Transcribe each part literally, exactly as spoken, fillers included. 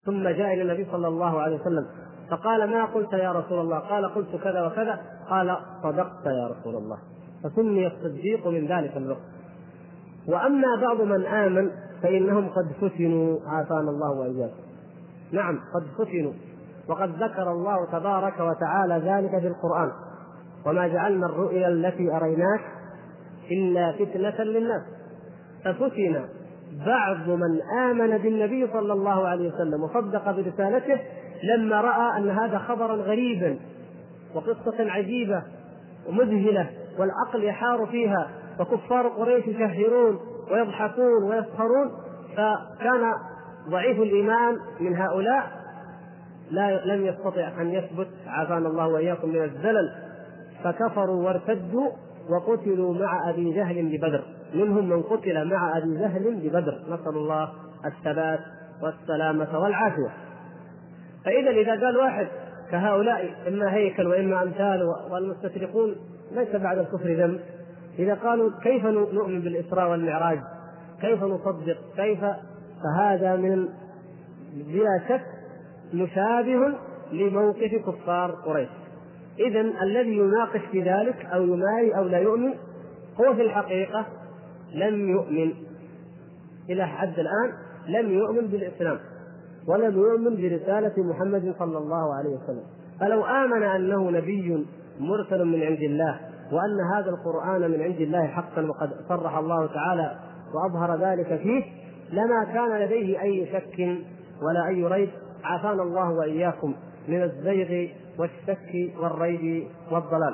ثم جاء إلى النبي صلى الله عليه وسلم فقال: ما قلت يا رسول الله؟ قال: قلت كذا وكذا. قال: صدقت يا رسول الله. فسمي الصديق من ذلك الوقت. وأما بعض من آمن فإنهم قد فتنوا، عافانا الله وإياكم. نعم، قد فتنوا، وقد ذكر الله تبارك وتعالى ذلك في القرآن: وما جعلنا الرؤيا التي أريناك إلا فتنة للناس. ففتن بعض من آمن بالنبي صلى الله عليه وسلم وصدق برسالته لما رأى أن هذا خبرا غريبا وقصة عجيبة ومذهلة والعقل يحار فيها، وكفار قريش يشهرون ويضحكون ويسخرون، فكان ضعيف الإيمان من هؤلاء لا لم يستطع أن يثبت، عافانا الله وإياكم من الزلل، فكفروا وارتدوا وقتلوا مع أبي جهل ببدر. منهم من قتل مع أبي جهل ببدر، نسأل الله الثبات والسلامة والعافية. فإذا إذا قال واحد كهؤلاء إما هيكل وإما أمثال والمستشرقون ليس بعد الكفر ذنب، إذا قالوا كيف نؤمن بالإسراء والمعراج، كيف نصدق، كيف، فهذا من بلا شك مشابه لموقف كفار قريش. إذن الذي يناقش في ذلك أو يماري أو لا يؤمن هو في الحقيقة لم يؤمن إلى حد الآن، لم يؤمن بالإسلام ولم يؤمن برسالة محمد صلى الله عليه وسلم. فلو آمن أنه نبي مرسل من عند الله وأن هذا القرآن من عند الله حقا وقد صرح الله تعالى وأظهر ذلك فيه، لما كان لديه أي شك ولا أي ريب، عافانا الله وإياكم من الزيغ والشك والريب والضلال.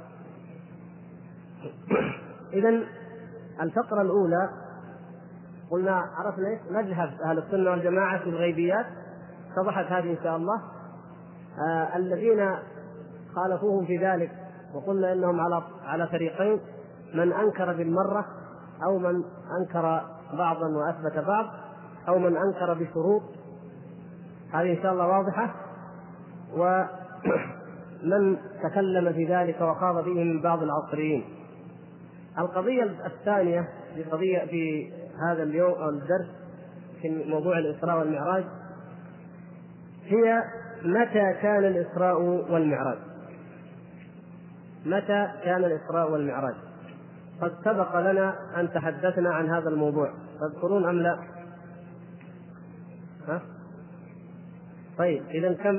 إذن الفقرة الأولى قلنا عرفنا إيش مذهب أهل السنة والجماعة في الغيبيات، اتضحت هذه إن شاء الله. آه الذين خالفوهم في ذلك وقلنا إنهم على على فريقين: من أنكر بالمرة، أو من أنكر بعضا وأثبت بعض، أو من أنكر بشروط. هذه إن شاء الله واضحة. ومن تكلم في ذلك وخاض به من بعض العصريين. القضية الثانية في قضية في هذا اليوم أو الدرس في موضوع الإسراء والمعراج هي: متى كان الإسراء والمعراج؟ متى كان الإسراء والمعراج؟ قد سبق لنا أن تحدثنا عن هذا الموضوع، تذكرون أم لا؟ ها؟ طيب، إذن كم؟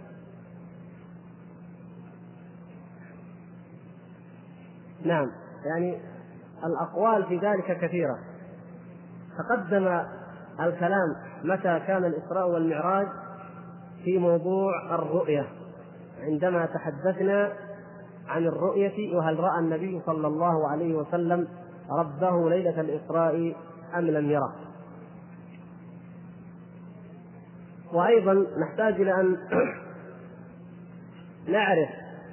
نعم، يعني الأقوال في ذلك كثيرة. تقدم الكلام متى كان الإسراء والمعراج في موضوع الرؤية، عندما تحدثنا عن الرؤية وهل رأى النبي صلى الله عليه وسلم ربه ليلة الإسراء أم لم يره. وأيضا نحتاج إلى أن نعرف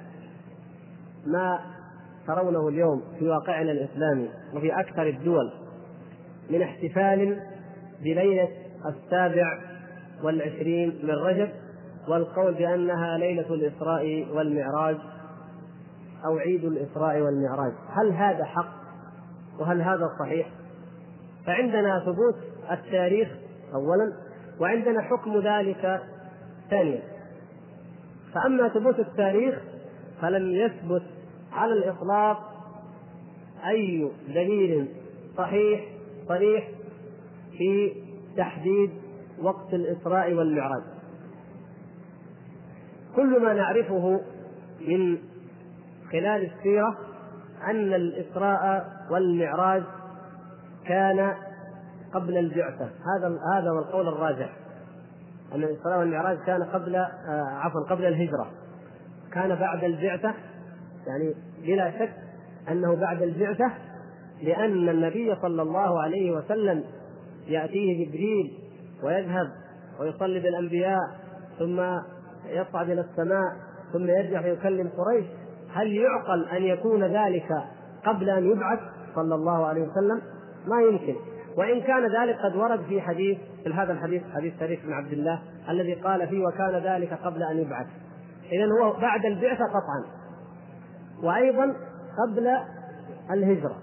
ما ترونه اليوم في واقعنا الإسلامي وفي أكثر الدول من احتفال بليلة السابع والعشرين من رجب، والقول بأنها ليلة الإسراء والمعراج أو عيد الإسراء والمعراج. هل هذا حق؟ وهل هذا صحيح؟ فعندنا ثبوت التاريخ أولا، وعندنا حكم ذلك ثانيا. فأما ثبوت التاريخ فلم يثبت على الإطلاق أي دليل صحيح صريح في تحديد وقت الإسراء والمعراج. كل ما نعرفه من خلال السيرة أن الإسراء والمعراج كان قبل البعثة. هذا هذا هو القول الراجح، أن الإسراء والمعراج كان قبل آه عفوا قبل الهجرة، كان بعد البعثة، يعني بلا شك أنه بعد البعثة، لأن النبي صلى الله عليه وسلم يأتيه جبريل ويذهب ويصلي بالأنبياء ثم يصعد إلى السماء ثم يرجع فيكلم قريش. هل يعقل أن يكون ذلك قبل أن يبعث صلى الله عليه وسلم؟ ما يمكن. وإن كان ذلك قد ورد في حديث، في هذا الحديث حديث شريف بن عبد الله الذي قال فيه وكان ذلك قبل أن يبعث. إذن هو بعد البعثة قطعا، وأيضا قبل الهجرة.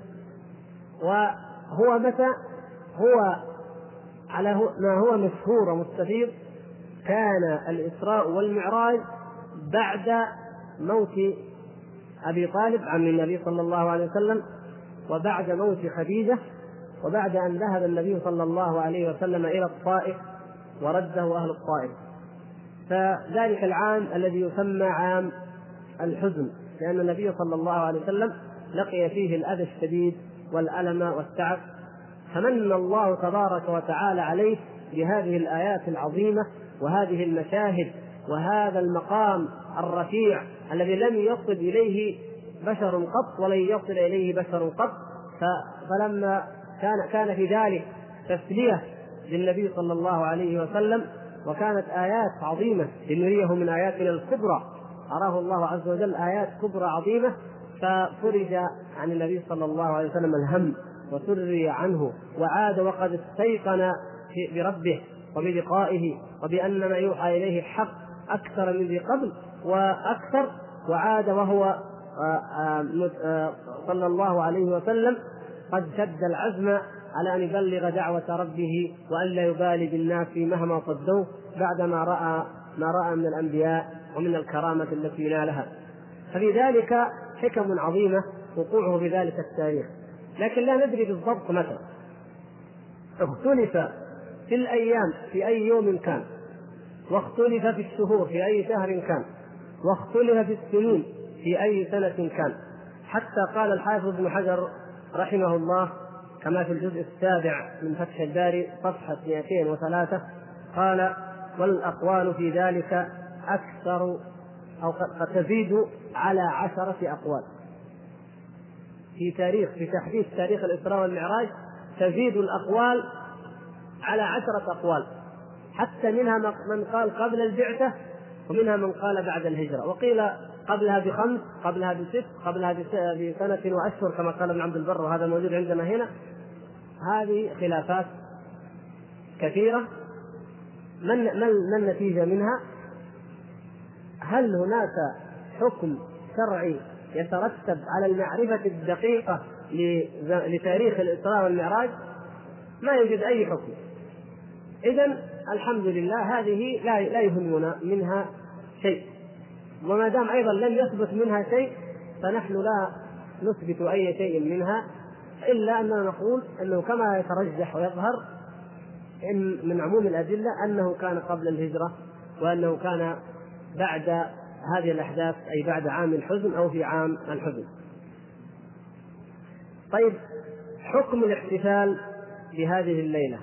وهو متى؟ هو على ما هو مشهور ومستفيض كان الإسراء والمعراج بعد موت أبي طالب عم النبي صلى الله عليه وسلم، وبعد موت خديجة، وبعد أن ذهب النبي صلى الله عليه وسلم إلى الطائف ورده أهل الطائف. فذلك العام الذي يسمى عام الحزن، لأن النبي صلى الله عليه وسلم لقي فيه الأذى الشديد والألم والتعب، فمن الله تبارك وتعالى عليه بهذه الآيات العظيمة وهذه المشاهد وهذا المقام الرفيع الذي لم يصل إليه بشر قط ولن يصل إليه بشر قط. فلما كان كان في ذلك تسلية للنبي صلى الله عليه وسلم، وكانت آيات عظيمة لنريه من آياتنا الكبرى، أراه الله عز وجل آيات كبرى عظيمة، ففرج عن النبي صلى الله عليه وسلم الهم وسري عنه، وعاد وقد استيقن بربه وبلقائه وبأن ما يوحى إليه حق أكثر من ذي قبل وأكثر، وعاد وهو صلى الله عليه وسلم قد شد العزم على أن يبلغ دعوة ربه وأن لا يبالي بالناس مهما صدوه، بعدما رأى ما رأى من الأنبياء ومن الكرامة التي نالها. ففي ذلك حكم عظيمة وقوعه بذلك التاريخ، لكن لا ندري بالضبط متى. اختلف في الأيام في أي يوم كان، واختلف في الشهور في أي شهر كان، واختلف في السنين في أي سنة كان، حتى قال الحافظ ابن حجر رحمه الله كما في الجزء السابع من فتح الباري صفحة مئتين وثلاثة قال: والأقوال في ذلك أكثر أو قد تزيد على عشرة أقوال. في تاريخ في تحديث تاريخ الإسراء والمعراج تزيد الأقوال على عشرة أقوال، حتى منها من قال قبل البعثة، ومنها من قال بعد الهجرة، وقيل قبلها بخمس، قبلها بست، قبلها بسنة وأشهر كما قال ابن عبد البر، وهذا موجود عندنا هنا. هذه خلافات كثيرة. من ما النتيجة منها؟ هل هناك حكم شرعي يترتب على المعرفة الدقيقة لتاريخ الإسراء والمعراج؟ ما يوجد أي حكم. إذن الحمد لله هذه لا لا يهمنا منها شيء، وما دام أيضا لم يثبت منها شيء فنحن لا نثبت أي شيء منها، إلا أننا نقول أنه كما يترجح ويظهر إن من عموم الأدلة أنه كان قبل الهجرة، وأنه كان بعد هذه الأحداث أي بعد عام الحزن أو في عام الحزن. طيب، حكم الاحتفال بهذه الليلة،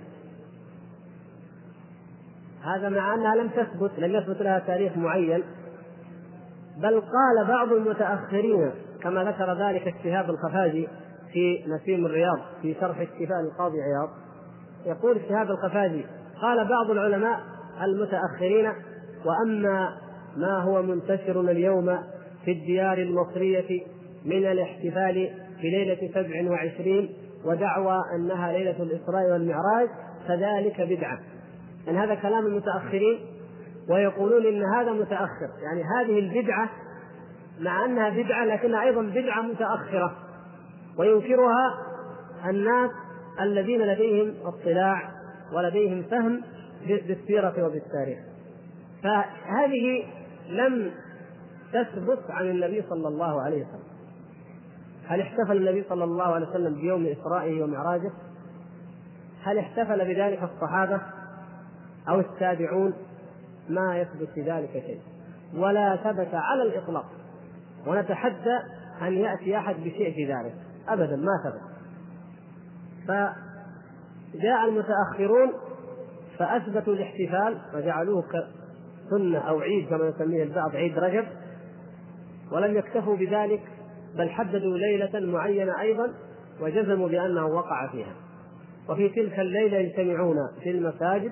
هذا مع أنها لم تثبت لم يثبت لها تاريخ معين، بل قال بعض المتأخرين كما ذكر ذلك الشهاب الخفاجي في نسيم الرياض في شرح احتفال القاضي عياض، يقول الشهاب الخفاجي: قال بعض العلماء المتأخرين: وأما ما هو منتشر اليوم في الديار المصرية من الاحتفال بليلة سبع وعشرين ودعوى أنها ليلة الإسراء والمعراج فذلك بدعة. يعني هذا كلام المتأخرين، ويقولون إن هذا متأخر، يعني هذه البدعة مع أنها بدعة لكنها أيضا بدعة متأخرة، وينكرها الناس الذين لديهم اطلاع ولديهم فهم بالسيرة وبالتاريخ. فهذه لم تثبت عن النبي صلى الله عليه وسلم. هل احتفل النبي صلى الله عليه وسلم بيوم إسرائه ومعراجه؟ هل احتفل بذلك الصحابة أو التابعون؟ ما يثبت في ذلك شيء، ولا ثبت على الإطلاق، ونتحدى أن يأتي أحد بشيء في ذلك، أبدا ما ثبت. فجاء المتأخرون فأثبتوا الاحتفال وجعلوه سنة أو عيد كما يسميه البعض، عيد رجب، ولم يكتفوا بذلك بل حددوا ليلة معينة أيضا وجزموا بأنه وقع فيها. وفي تلك الليلة يجتمعون في المساجد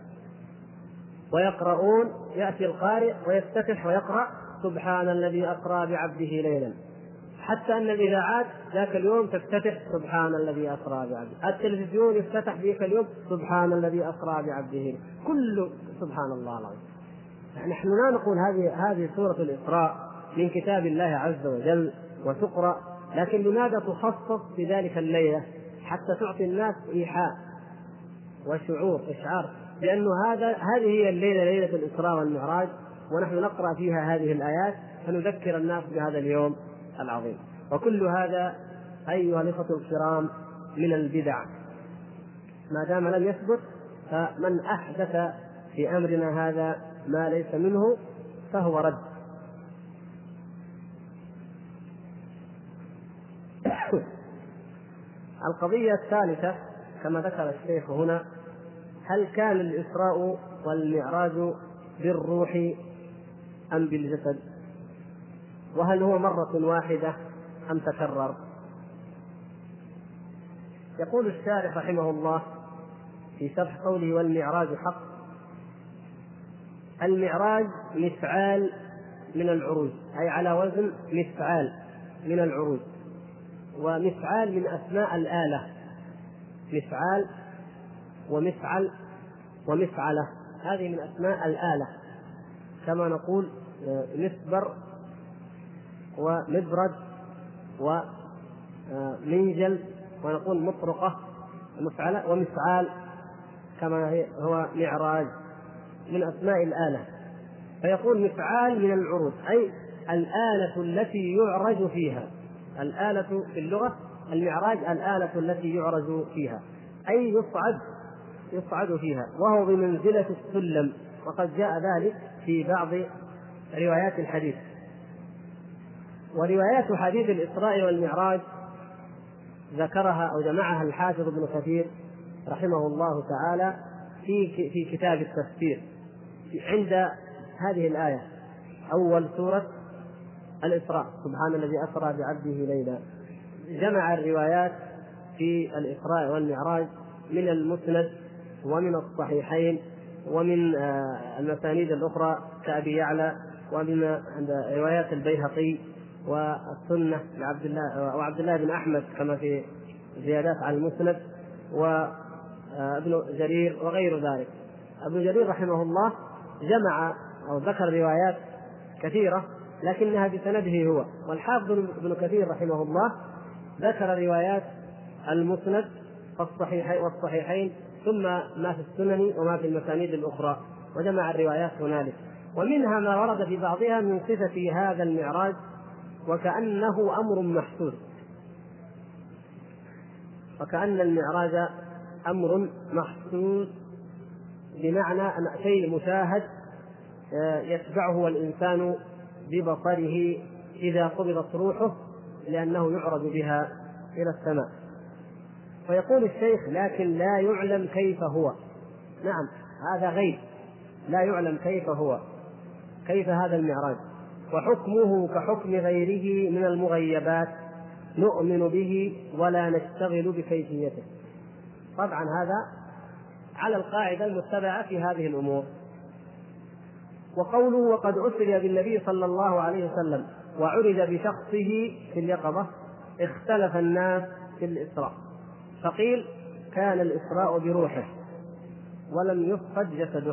ويقرؤون، يأتي القارئ ويفتتح ويقرأ سبحان الذي أسرى بعبده ليلا، حتى أن الإذاعات ذاك اليوم تفتتح سبحان الذي أسرى بعبده، التلفزيون يفتتح ذاك اليوم سبحان الذي أسرى بعبده، كل سبحان الله العظيم. نحن لا نقول هذه هذه سورة الإسراء من كتاب الله عز وجل وتقرأ، لكن لماذا تخصص في ذلك الليلة؟ حتى تعطي الناس إيحاء وشعور إشعار لأن هذا هذه هي الليلة ليلة الإسراء والمعراج، ونحن نقرأ فيها هذه الآيات فنذكر الناس بهذا اليوم العظيم. وكل هذا أيها الإخوة الكرام من البدع، ما دام لم يثبت، فمن أحدث في أمرنا هذا ما ليس منه فهو رد. القضية الثالثة كما ذكر الشيخ هنا: هل كان الإسراء والمعراج بالروح أم بالجسد؟ وهل هو مرة واحدة أم تكرر؟ يقول الشارح رحمه الله في شرح قوله والمعراج حق: المعراج مفعال من العروج، أي على وزن مفعال من العروج، ومفعال من أسماء الآلة، مفعال ومفعل ومفعلة، هذه من أسماء الآلة، كما نقول مسبر ومبرد ومنجل، ونقول مطرقة ومفعلة ومفعال، كما هو معراج من أسماء الآلة. فيقول مفعال من العروج، أي الآلة التي يعرج فيها. الآلة في اللغة المعراج الآلة التي يعرج فيها، أي يصعد يصعد فيها، وهو بمنزلة السلم، وقد جاء ذلك في بعض روايات الحديث. وروايات حديث الإسراء والمعراج ذكرها أو جمعها الحافظ ابن كثير رحمه الله تعالى في في كتاب التفسير عند هذه الآية، أول سورة الإسراء: سبحان الذي أسرى بعبده ليلا. جمع الروايات في الإسراء والمعراج من المسند ومن الصحيحين ومن المسانيد الأخرى كأبي يعلى، ومن روايات البيهقي والسنة لعبد الله وعبد الله بن أحمد كما في زيادات على المسند، وابن جرير وغير ذلك. ابن جرير رحمه الله جمع أو ذكر روايات كثيرة لكنها بسنده هو، والحافظ ابن كثير رحمه الله ذكر روايات المسند والصحيحين ثم ما في السنن وما في المسانيد الأخرى، وجمع الروايات هنالك. ومنها ما ورد في بعضها من صفة هذا المعراج وكأنه أمر محسوس، وكأن المعراج أمر محسوس بمعنى أن شيء مشاهد يتبعه الإنسان ببصره إذا قبضت روحه، لأنه يعرض بها إلى السماء. فيقول الشيخ: لكن لا يعلم كيف هو. نعم، هذا غيب، لا يعلم كيف هو، كيف هذا المعراج، وحكمه كحكم غيره من المغيبات، نؤمن به ولا نشتغل بكيفيته. طبعا هذا على القاعدة المتبعة في هذه الأمور. وقوله وقد أسري بالنبي صلى الله عليه وسلم وعرج بشخصه في اليقظة، اختلف الناس في الإسراء، فقيل كان الإسراء بروحه ولم يفقد جسده.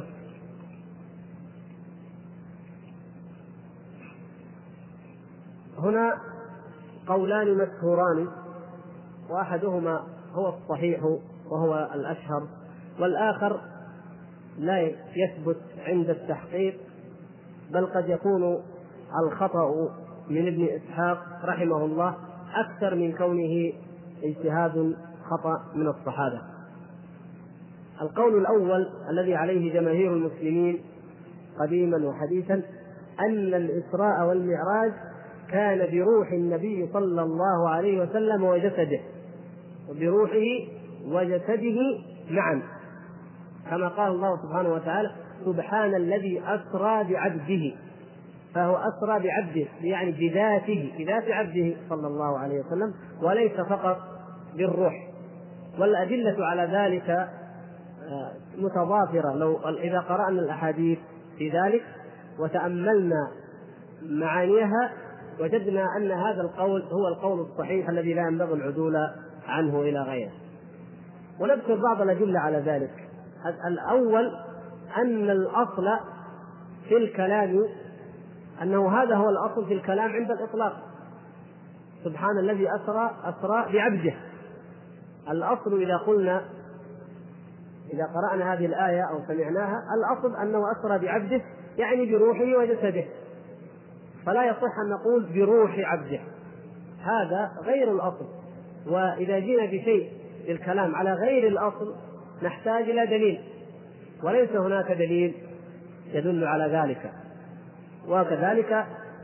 هنا قولان مشهوران، وأحدهما هو الصحيح وهو الأشهر، والآخر لا يثبت عند التحقيق، بل قد يكون الخطأ من ابن إسحاق رحمه الله أكثر من كونه اجتهاد خطأ من الصحابة. القول الأول الذي عليه جماهير المسلمين قديما وحديثا أن الإسراء والمعراج كان بروح النبي صلى الله عليه وسلم وجسده، وبروحه وجسده معا، كما قال الله سبحانه وتعالى: سبحان الذي أسرى بعبده. فهو أسرى بعبده يعني بذاته، بذات عبده صلى الله عليه وسلم، وليس فقط بالروح. والأدلة على ذلك متضافرة. لو إذا قرأنا الأحاديث في ذلك وتأملنا معانيها وجدنا أن هذا القول هو القول الصحيح الذي لا ينبغي العدول عنه إلى غيره. ونذكر بعض الأدلة على ذلك. الأول أن الأصل في الكلام أنه هذا هو الأصل في الكلام عند الإطلاق: سبحان الذي أسرى أسرى بعبده. الأصل إذا قلنا إذا قرأنا هذه الآية أو سمعناها الأصل أنه أسرى بعبده يعني بروحه وجسده، فلا يصح أن نقول بروح عبده، هذا غير الأصل. وإذا جينا بشيء للكلام على غير الأصل نحتاج إلى دليل، وليس هناك دليل يدل على ذلك. وكذلك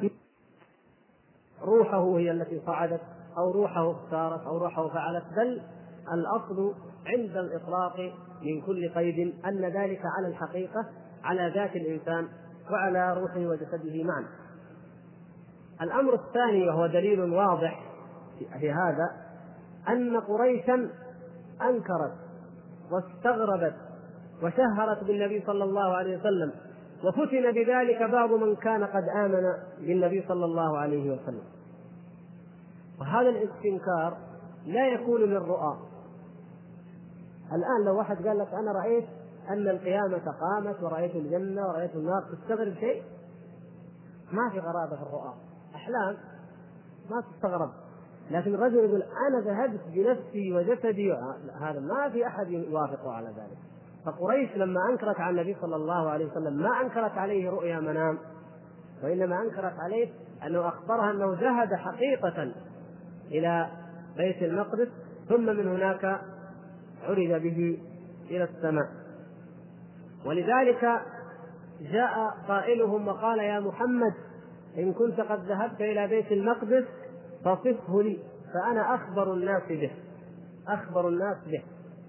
روحه هي التي صعدت أو روحه اختارت أو روحه فعلت، بل الأصل عند الإطلاق من كل قيد أن ذلك على الحقيقة على ذات الإنسان وعلى روحه وجسده معا. الأمر الثاني وهو دليل واضح في هذا أن قريشا أنكرت واستغربت وشهرت بالنبي صلى الله عليه وسلم، وفتن بذلك بعض من كان قد آمن بالنبي صلى الله عليه وسلم. وهذا الاستنكار لا يكون للرؤى. الآن لو واحد قال لك أنا رأيت أن القيامة قامت ورأيت الجنة ورأيت النار، تستغرب شيء؟ ما في غرابة في الرؤى، أحلام ما تستغرب. لكن الرجل يقول أنا ذهبت بنفسي وجسدي، هذا ما في أحد يوافق على ذلك. فقريش لما أنكرت على النبي صلى الله عليه وسلم ما أنكرت عليه رؤيا منام، وإنما أنكرت عليه أنه أخبرها أنه ذهب حقيقة إلى بيت المقدس ثم من هناك عرج به إلى السماء. ولذلك جاء قائلهم وقال يا محمد إن كنت قد ذهبت إلى بيت المقدس فصفه لي فأنا أخبر الناس به، أخبر الناس به.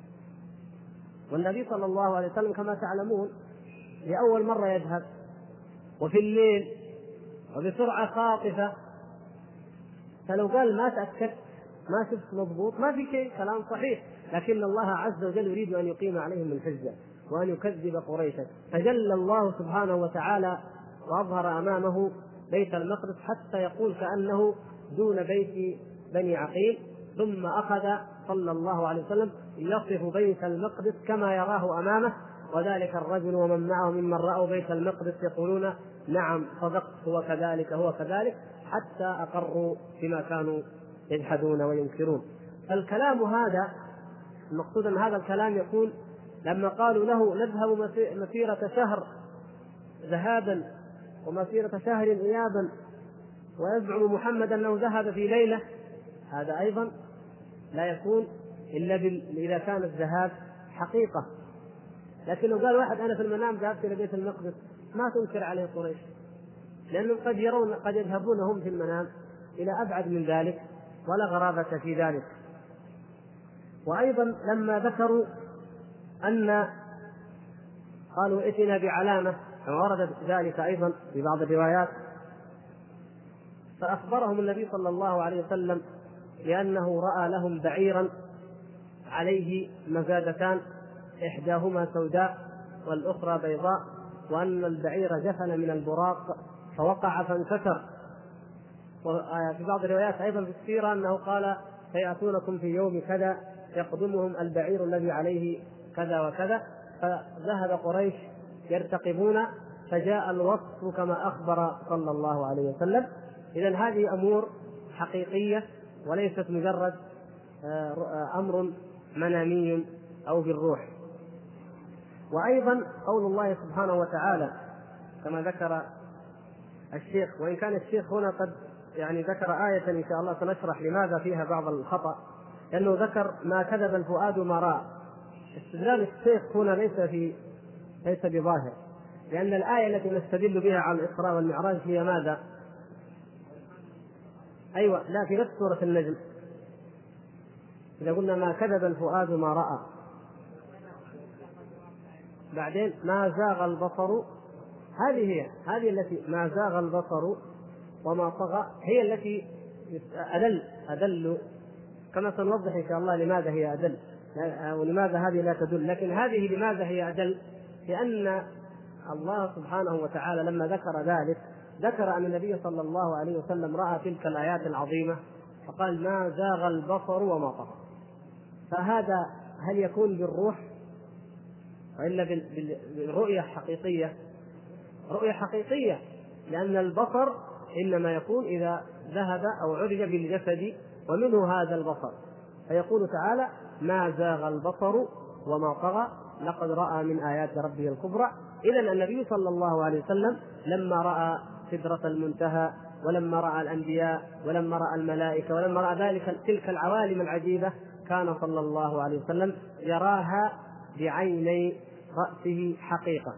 والنبي صلى الله عليه وسلم كما تعلمون لأول مرة يذهب وفي الليل وبسرعة خاطفة، فلو قال ما تأكدت ما شفت مضبوط ما في شيء، كلام صحيح، لكن الله عز وجل يريد أن يقيم عليهم الحجة وأن يكذب قريشا، فجل الله سبحانه وتعالى وأظهر أمامه بيت المقدس حتى يقول كأنه دون بيت بني عقيل، ثم أخذ صلى الله عليه وسلم يصف بيت المقدس كما يراه أمامه، وذلك الرجل ومن معه ممن رأوا بيت المقدس يقولون نعم صدقت هو كذلك هو كذلك، حتى أقروا بما كانوا يجحدون وينكرون. فالكلام هذا المقصود أن هذا الكلام يقول لما قالوا له نذهب مسيرة شهر ذهابا ومسيرة شهر إيابا ويزعم محمد أنه ذهب في ليلة، هذا أيضا لا يكون إلا إذا كان الذهاب حقيقة. لكن لو قال واحد أنا في المنام ذهبت إلى بيت المقدس ما تنكر عليه قريش، لأنهم قد يرون قد يذهبون هم في المنام إلى أبعد من ذلك ولا غرابة في ذلك. وأيضا لما ذكروا أن قالوا ائتنا بعلامة، وورد ذلك أيضا في بعض الروايات، فأخبرهم النبي صلى الله عليه وسلم بأنه رأى لهم بعيرا عليه مزادتان إحداهما سوداء والأخرى بيضاء، وأن البعير جفن من البراق فوقع فانكسر. وفي بعض الروايات أيضا في السيرة أنه قال سيأتونكم في يوم كذا يقدمهم البعير الذي عليه كذا وكذا، فذهب قريش يرتقبون فجاء الوصف كما أخبر صلى الله عليه وسلم. إذن هذه أمور حقيقية وليست مجرد أمر منامي أو بالروح. وأيضا قول الله سبحانه وتعالى كما ذكر الشيخ، وإن كان الشيخ هنا قد يعني ذكر آية إن شاء الله سنشرح لماذا فيها بعض الخطأ، لأنه ذكر ما كذب الفؤاد ما رأى. استدلال الشيخ هنا ليس في ليس بظاهر، لأن الآية التي نستدل بها على الإسراء والمعراج هي ماذا؟ أيوة لا في نفس سورة النجم، إذا قلنا ما كذب الفؤاد ما رأى، بعدين ما زاغ البصر، هذه هي هذه التي ما زاغ البصر وما طغى، هي التي أدل أدل كما سنوضح إن شاء الله لماذا هي أدل ولماذا هذه لا تدل. لكن هذه لماذا هي أدل؟ لأن الله سبحانه وتعالى لما ذكر ذلك ذكر أن النبي صلى الله عليه وسلم رأى تلك الآيات العظيمة فقال ما زاغ البصر وما طغى. فهذا هل يكون بالروح وإلا بالرؤية حقيقية؟ رؤية حقيقية، لأن البصر إنما يكون إذا ذهب أو عرج بالجسد ومنه هذا البصر. فيقول تعالى ما زاغ البصر وما طغى لقد رأى من آيات ربه الكبرى. إذن النبي صلى الله عليه وسلم لما رأى سدرة المنتهى، ولما رأى الأنبياء، ولما رأى الملائكة، ولما رأى ذلك تلك العوالم العجيبة، كان صلى الله عليه وسلم يراها بعيني رأسه حقيقة.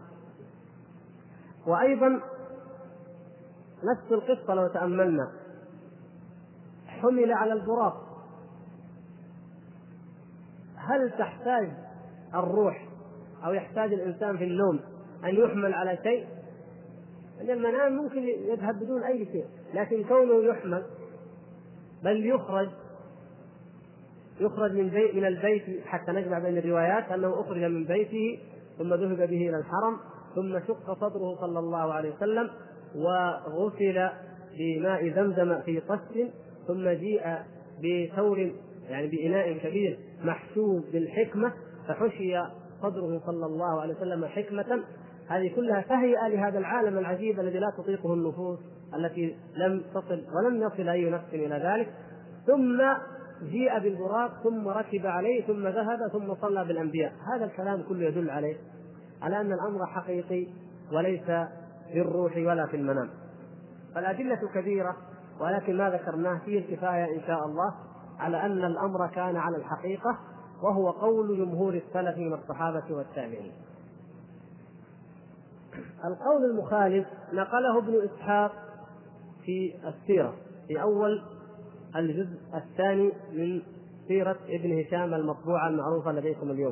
وأيضا نفس القصة لو تأملنا، حمل على البراق. هل تحتاج الروح أو يحتاج الإنسان في النوم أن يحمل على شيء؟ لأن المنام ممكن يذهب بدون أي شيء، لكن كونه يحمل بل يخرج يخرج من بيت من البيت، حتى نجمع بين الروايات أنه أخرج من بيته ثم ذهب به إلى الحرم، ثم شق صدره صلى الله عليه وسلم وغسل بماء زمزم في طست، ثم جيء بثور يعني بإناء كبير محشو بالحكمة فحشي صدره صلى الله عليه وسلم حكمة. هذه كلها تهيئة لهذا العالم العجيب الذي لا تطيقه النفوس التي لم تصل ولم يصل أي نفس إلى ذلك. ثم جيء بالبراق ثم ركب عليه ثم ذهب ثم صلى بالأنبياء. هذا الكلام كله يدل عليه على أن الأمر حقيقي وليس في الروح ولا في المنام. فالأدلة كثيرة، ولكن ما ذكرناه فيه الكفاية إن شاء الله على أن الأمر كان على الحقيقة، وهو قول جمهور السلف من الصحابة والتابعين. القول المخالف نقله ابن إسحاق في السيرة في أول الجزء الثاني من سيرة ابن هشام المطبوعة المعروفة لديكم اليوم.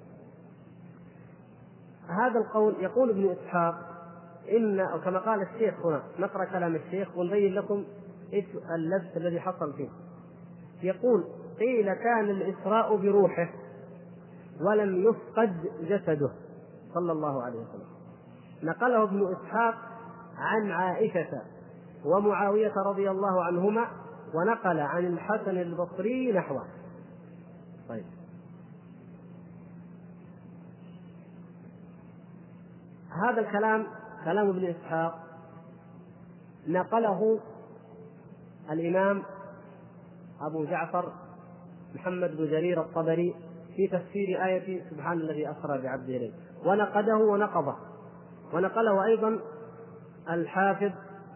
هذا القول يقول ابن إسحاق إن، كما قال الشيخ هنا، نقرأ كلام الشيخ ونبين لكم اللبس الذي حصل فيه. يقول: قيل كان الإسراء بروحه ولم يفقد جسده صلى الله عليه وسلم. نقله ابن إسحاق عن عائشة ومعاوية رضي الله عنهما، ونقل عن الحسن البصري نحوه. طيب، هذا الكلام كلام ابن إسحاق نقله الإمام أبو جعفر محمد بن جرير الطبري في تفسير آية سبحان الذي أسرى بعبده ليلا، ونقده ونقضه، ونقله أيضا الحافظ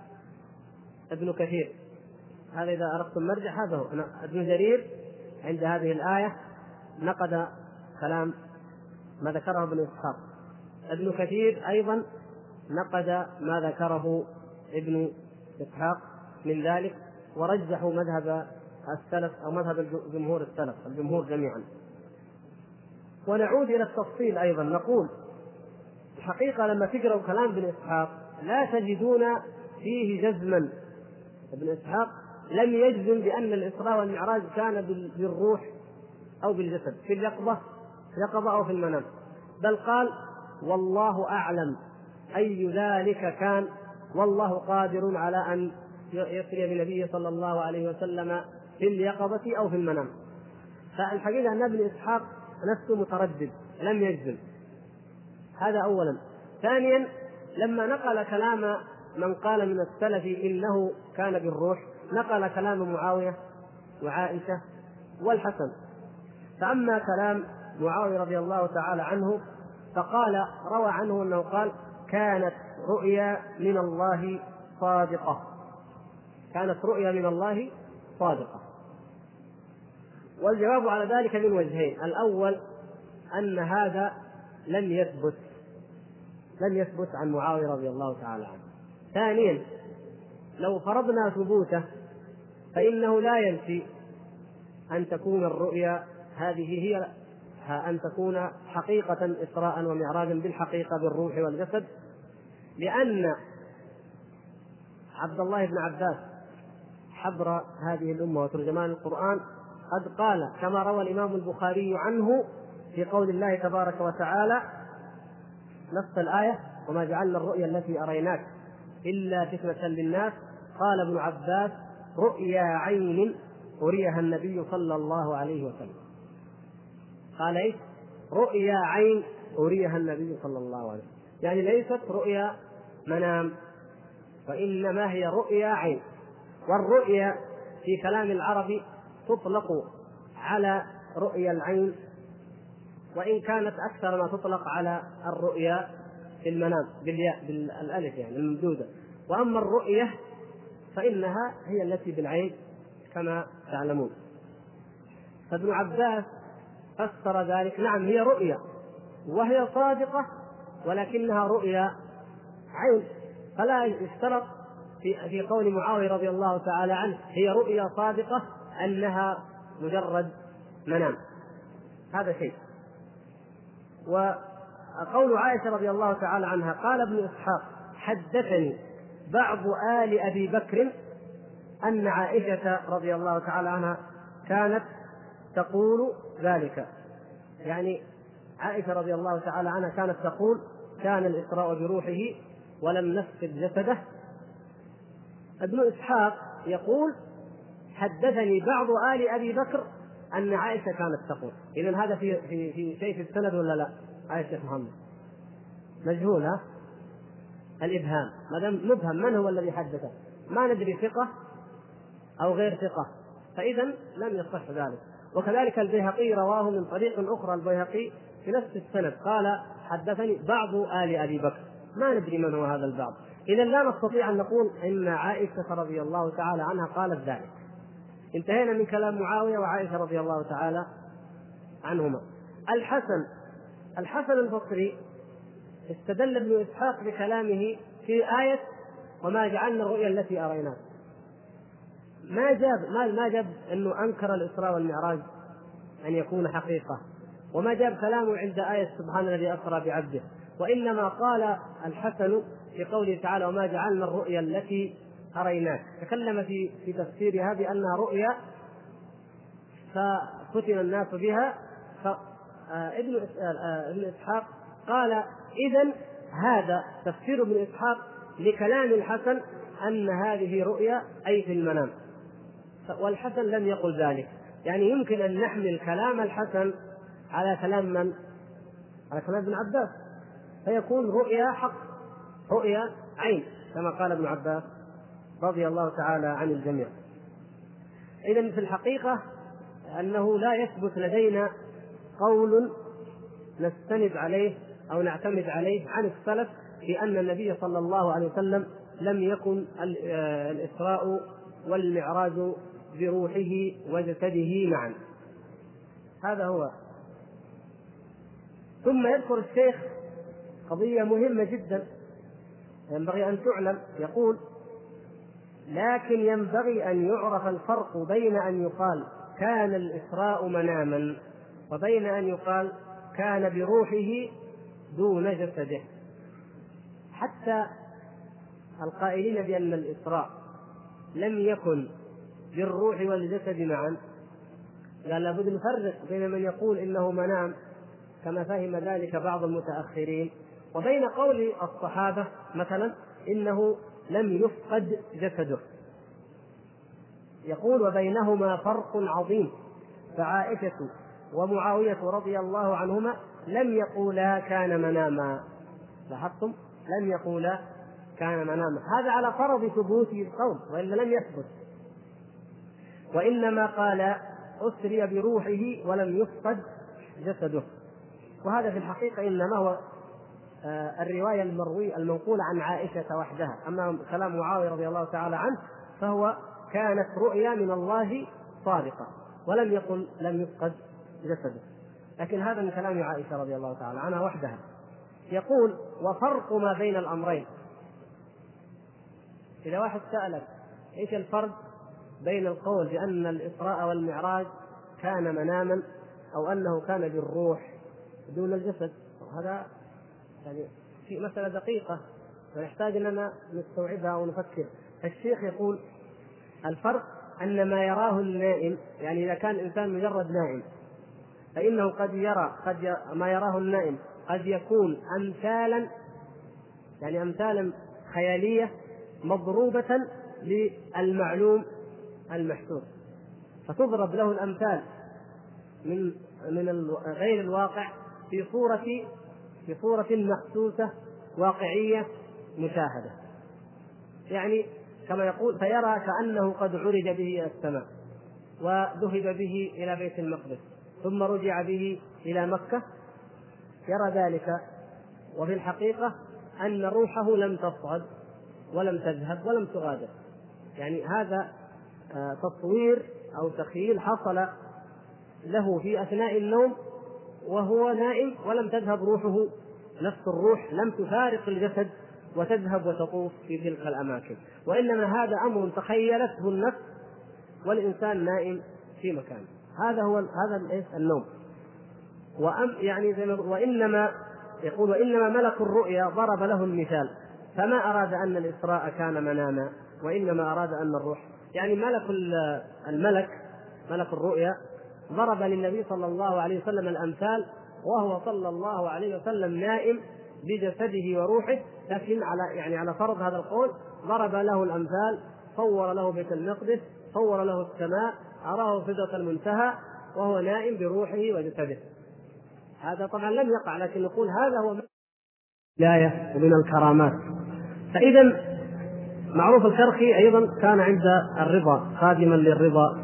ابن كثير. هذا إذا أردتم مرجع هذا هو ابن جرير عند هذه الآية نقد كلام ما ذكره ابن إسحاق. ابن كثير أيضا نقد ما ذكره ابن إسحاق من ذلك، ورجحوا مذهب السلف أو مذهب جمهور السلف الجمهور جميعا. ونعود إلى التفصيل أيضا، نقول الحقيقة لما تقرأوا كلام ابن إسحاق لا تجدون فيه جزما. ابن إسحاق لم يجزم بأن الإسراء والمعراج كان بالروح أو بالجسد في اليقظة يقظة أو في المنام، بل قال: والله أعلم أي ذلك كان، والله قادر على أن يسري بنبيه صلى الله عليه وسلم في اليقظة أو في المنام. فالحقيقة أن ابن إسحاق نفسه متردد لم يجزم. هذا أولا. ثانيا، لما نقل كلام من قال من السلف إنه كان بالروح نقل كلام معاوية وعائشة والحسن. فأما كلام معاوية رضي الله تعالى عنه فقال، روى عنه أنه قال: كانت رؤيا من الله صادقة، كانت رؤيا من الله صادقة. والجواب على ذلك من وجهين: الأول أن هذا لم يثبت لم يثبت عن معاوية رضي الله تعالى عنه. ثانيا، لو فرضنا ثبوته فإنه لا ينفي أن تكون الرؤيا هذه هي أن تكون حقيقة إسراء ومعراجا بالحقيقة بالروح والجسد، لأن عبد الله بن عباس حبر هذه الأمة وترجمان القرآن قد قال كما روى الإمام البخاري عنه في قول الله تبارك وتعالى نص الآية: وما جعلنا الرؤيا التي أريناك إلا فتنة للناس. قال ابن عباس: رؤيا عين أريها النبي صلى الله عليه وسلم. قال إيه؟ رؤيا عين أريها النبي صلى الله عليه وسلم، يعني ليست رؤيا منام، وإنما هي رؤيا عين. والرؤيا في كلام العرب تطلق على رؤيا العين وإن كانت أكثر ما تطلق على الرؤيا في المنام بالياء بالألف يعني الممدودة. وأما الرؤية فإنها هي التي بالعين كما تعلمون. فابن عباس فسر ذلك، نعم هي رؤيا وهي صادقة ولكنها رؤيا عين، فلا يشترط في في قول معاوية رضي الله تعالى عنه هي رؤيا صادقة أنها مجرد منام، هذا شيء. وقول عائشة رضي الله تعالى عنها قال ابن إسحاق حدثني بعض آل أبي بكر أن عائشة رضي الله تعالى عنها كانت تقول ذلك، يعني عائشة رضي الله تعالى عنها كانت تقول كان الإسراء بروحه ولم نفقد جسده. ابن إسحاق يقول حدثني بعض آل أبي بكر أن عائشة كانت تقول. إذن هذا في في في شيء في السند ولا لا؟ عائشة محمد مجهول، ها؟ الإبهام، ما دام مبهم من هو الذي حدثه ما ندري ثقة أو غير ثقة، فإذا لم يصح ذلك. وكذلك البيهقي رواه من طريق أخرى، البيهقي في نفس السند قال حدثني بعض آل أبي بكر، ما ندري من هو هذا البعض. إذا لا نستطيع أن نقول إن عائشة رضي الله تعالى عنها قالت ذلك. انتهينا من كلام معاوية وعائشة رضي الله تعالى عنهما. الحسن الحسن البصري استدل ابن إسحاق بكلامه في آية وما جعلنا الرؤيا التي أريناك، ما جاب ما ما جاب أنه أنكر الإسراء والمعراج أن يكون حقيقة، وما جاب كلامه عند آية سبحان الذي أسرى بعبده، وإنما قال الحسن في قوله تعالى وما جعلنا الرؤيا التي أريناك، تكلم في في تفسيرها بأنها رؤيا ففتن الناس بها. فابن ابن إسحاق قال إذن هذا تفسير ابن إسحاق لكلام الحسن أن هذه رؤيا أي في المنام، والحسن لم يقل ذلك. يعني يمكن أن نحمل كلام الحسن على كلام من؟ على كلام ابن عباس، فيكون رؤيا حق، رؤيا عين كما قال ابن عباس رضي الله تعالى عن الجميع. إذن في الحقيقة أنه لا يثبت لدينا قول نستند عليه أو نعتمد عليه عن السلف في أن النبي صلى الله عليه وسلم لم يكن الإسراء والمعراج بروحه وجسده معا، هذا هو. ثم يذكر الشيخ قضية مهمة جدا ينبغي أن تعلم، يقول لكن ينبغي أن يعرف الفرق بين أن يقال كان الإسراء مناما وبين أن يقال كان بروحه دون جسده. حتى القائلين بأن الإسراء لم يكن بالروح والجسد معا قال لابد نفرق بين من يقول إنه منام كما فهم ذلك بعض المتأخرين وبين قول الصحابة مثلا إنه لم يفقد جسده. يقول وبينهما فرق عظيم، فعائشة ومعاوية رضي الله عنهما لم يقولا كان مناما، لاحظتم؟ لم يقولا كان مناما، هذا على فرض ثبوت القول وإلا لم يثبت، وإنما قال أسري بروحه ولم يفقد جسده. وهذا في الحقيقة إنما هو الرواية المروية المنقولة عن عائشة وحدها، أما كلام معاوية رضي الله تعالى عنه فهو كانت رؤيا من الله صادقة ولم يقل لم يفقد جسده، لكن هذا من كلام عائشة رضي الله تعالى عنها وحدها. يقول وفرق ما بين الأمرين، إذا واحد سألك إيش الفرق بين القول بأن الإسراء والمعراج كان مناما أو أنه كان بالروح دون الجسد، هذا يعني في مسألة دقيقة ونحتاج أننا نستوعبها ونفكر. الشيخ يقول الفرق أن ما يراه النائم، يعني إذا كان الإنسان مجرد نائم فإنه قد يرى قد ي... ما يراه النائم قد يكون أمثالا، يعني أمثالا خيالية مضروبة للمعلوم المحسوس، فتضرب له الأمثال من من غير الواقع في صورة في صورة محسوسة واقعية مشاهدة. يعني كما يقول فيرى كأنه قد عرج به إلى السماء وذهب به إلى بيت المقدس ثم رجع به إلى مكة يرى ذلك، وفي الحقيقة أن روحه لم تصعد ولم تذهب ولم تغادر. يعني هذا تصوير أو تخيل حصل له في أثناء النوم وهو نائم، ولم تذهب روحه، نفس الروح لم تفارق الجسد وتذهب وتطوف في تلك الأماكن، وإنما هذا أمر تخيلته النفس والإنسان نائم في مكانه. هذا هو هذا النوم. وأم يعني زي ما وإنما يقول وإنما ملك الرؤيا ضرب له المثال، فما أراد أن الإسراء كان مناما، وإنما أراد أن الروح يعني ملك الملك ملك الرؤيا ضرب للنبي صلى الله عليه وسلم الأمثال وهو صلى الله عليه وسلم نائم بجسده وروحه، لكن على يعني على فرض هذا القول ضرب له الأمثال، صور له بيت المقدس، صور له السماء، أراه سدرة المنتهى وهو نائم بروحه وجسده. هذا طبعا لم يقع، لكن نقول هذا هو الآية ومن الكرامات. فإذا معروف الكرخي أيضا كان عند الرضا خادما للرضا.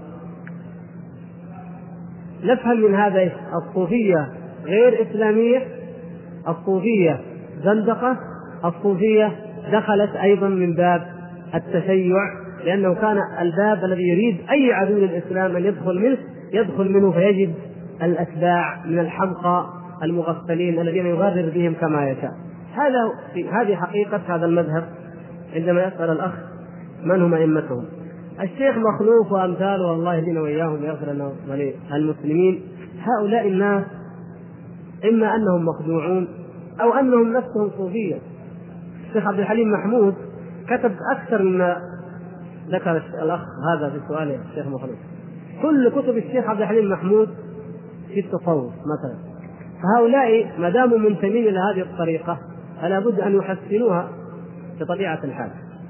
نفهم من هذا الصوفية غير إسلامية، الصوفية زندقة، الصوفية دخلت أيضا من باب التشيع، لأنه كان الباب الذي يريد أي عدو للإسلام أن يدخل منه يدخل منه فيجد الأتباع من الحمقى المغفلين الذين يغرر بهم كما يشاء. هذا هذه حقيقة هذا المذهب. عندما يسأل الأخ من هم أئمتهم، الشيخ مخلوف وأمثاله والله يهدينا وإياهم ويغفر لنا وللمسلمين، هؤلاء الناس إما أنهم مخدوعون أو أنهم نفسهم صوفية. الشيخ عبد الحليم محمود كتب أكثر مما ذكر الأخ هذا في سؤاله الشيخ مخلوف. كل كتب الشيخ عبد الحليم محمود في التصوف مثلا. فهؤلاء ما داموا منتمين إلى هذه الطريقة فلا بد أن يحسنوها بطبيعة الحال.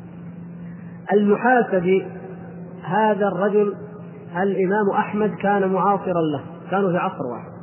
المحاسبي هذا الرجل الإمام أحمد كان معاصرا له، كانوا في عصر واحد،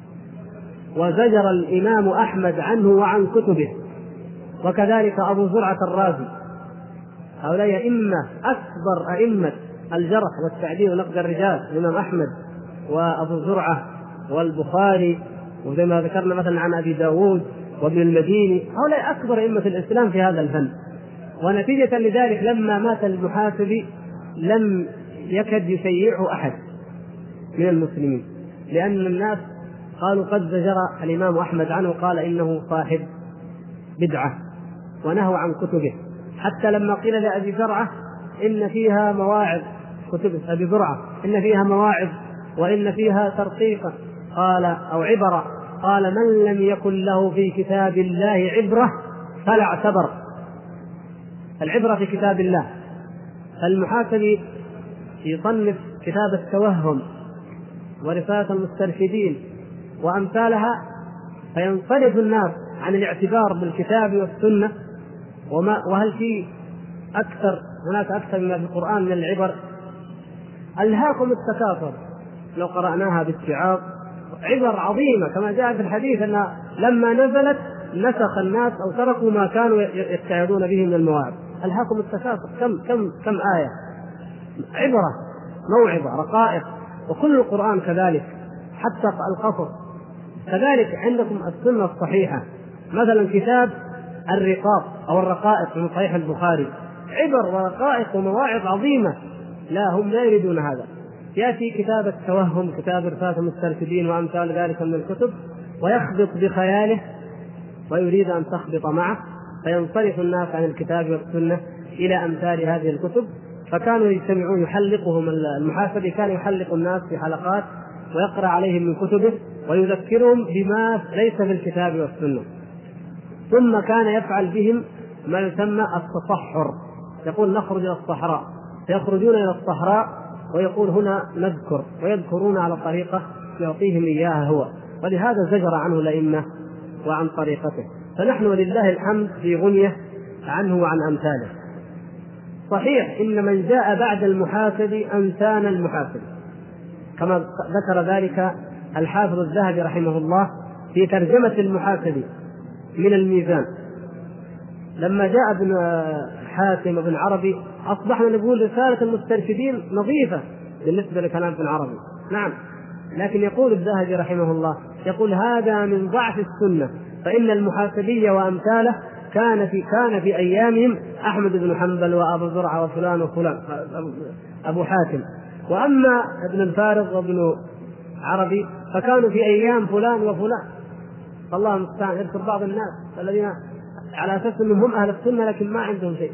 وزجر الإمام أحمد عنه وعن كتبه، وكذلك أبو زرعة الرازي. هؤلاء أئمة أكبر أئمة الجرح والتعديل ونقد الرجال، الإمام أحمد وأبو زرعة والبخاري، وزي ما ذكرنا مثلا عن أبي داود وابن المديني، هؤلاء أكبر أئمة الإسلام في هذا الفن. ونتيجة لذلك لما مات المحاسبي لم يكد يشيعه أحد من المسلمين، لأن الناس قالوا قد زجر الإمام أحمد عنه، قال إنه صاحب بدعة، ونهوا عن كتبه. حتى لما قيل لأبي زرعة إن فيها مواعظ، كتب أبي زرعة إن فيها مواعظ وإن فيها ترقيقا قال أو عبرة، قال من لم يكن له في كتاب الله عبرة فلا اعتبر. العبرة في كتاب الله. المحاسبي يصنف كتاب التوهم ورسالة المسترشدين وأمثالها، فينصرف الناس عن الاعتبار بالكتاب والسنة، وما وهل في أكثر هناك أكثر من القرآن من العبر. ألهاكم التكاثر لو قرأناها باستيعاب، عبر عظيمة كما جاء في الحديث أن لما نزلت نسخ الناس أو تركوا ما كانوا يستعيذون به من المواعظ. ألهاكم التكاثر كم كم كم آية عبرة موعظة رقائق، وكل القرآن كذلك حتى القصص. كذلك عندكم السنة الصحيحة، مثلا كتاب الرقاق أو الرقائق من صحيح البخاري، عبر ورقائق ومواعظ عظيمة. لا، هم لا يريدون هذا. يأتي كتاب التوهم، كتاب رسالة المسترشدين وأمثال ذلك من الكتب، ويخبط بخياله ويريد أن تخبط معه، فينصرف الناس عن الكتاب والسنة إلى أمثال هذه الكتب. فكانوا يجتمعون يحلقهم المحاسبي، كان يحلق الناس في حلقات ويقرأ عليهم من كتبه ويذكرهم بما ليس في الكتاب والسنة. ثم كان يفعل بهم ما يسمى التصحر، يقول نخرج إلى الصحراء، فيخرجون إلى الصحراء ويقول هنا نذكر، ويذكرون على طريقة يعطيهم إياها هو، ولهذا زجر عنه الأئمة وعن طريقته. فنحن ولله الحمد في غنية عنه وعن أمثاله. صحيح إن من جاء بعد المحاسب أنسان المحاسب، كما ذكر ذلك الحافظ الذهبي رحمه الله في ترجمة المحاسب من الميزان. لما جاء ابن حاتم ابن عربي أصبحنا نقول رسالة المسترشدين نظيفة بالنسبة لكلام ابن عربي. نعم، لكن يقول الذهبي رحمه الله، يقول هذا من ضعف السنة، فإن المحاسبي وأمثاله كان في كان في أيامهم أحمد بن حنبل وأبو زرعة وفلان وفلان أبو حاتم، وأما ابن الفارض وابن عربي فكانوا في أيام فلان وفلان. الله المستعان، يذكر بعض الناس الذين على أساس أنهم هم أهل السنة لكن ما عندهم شيء.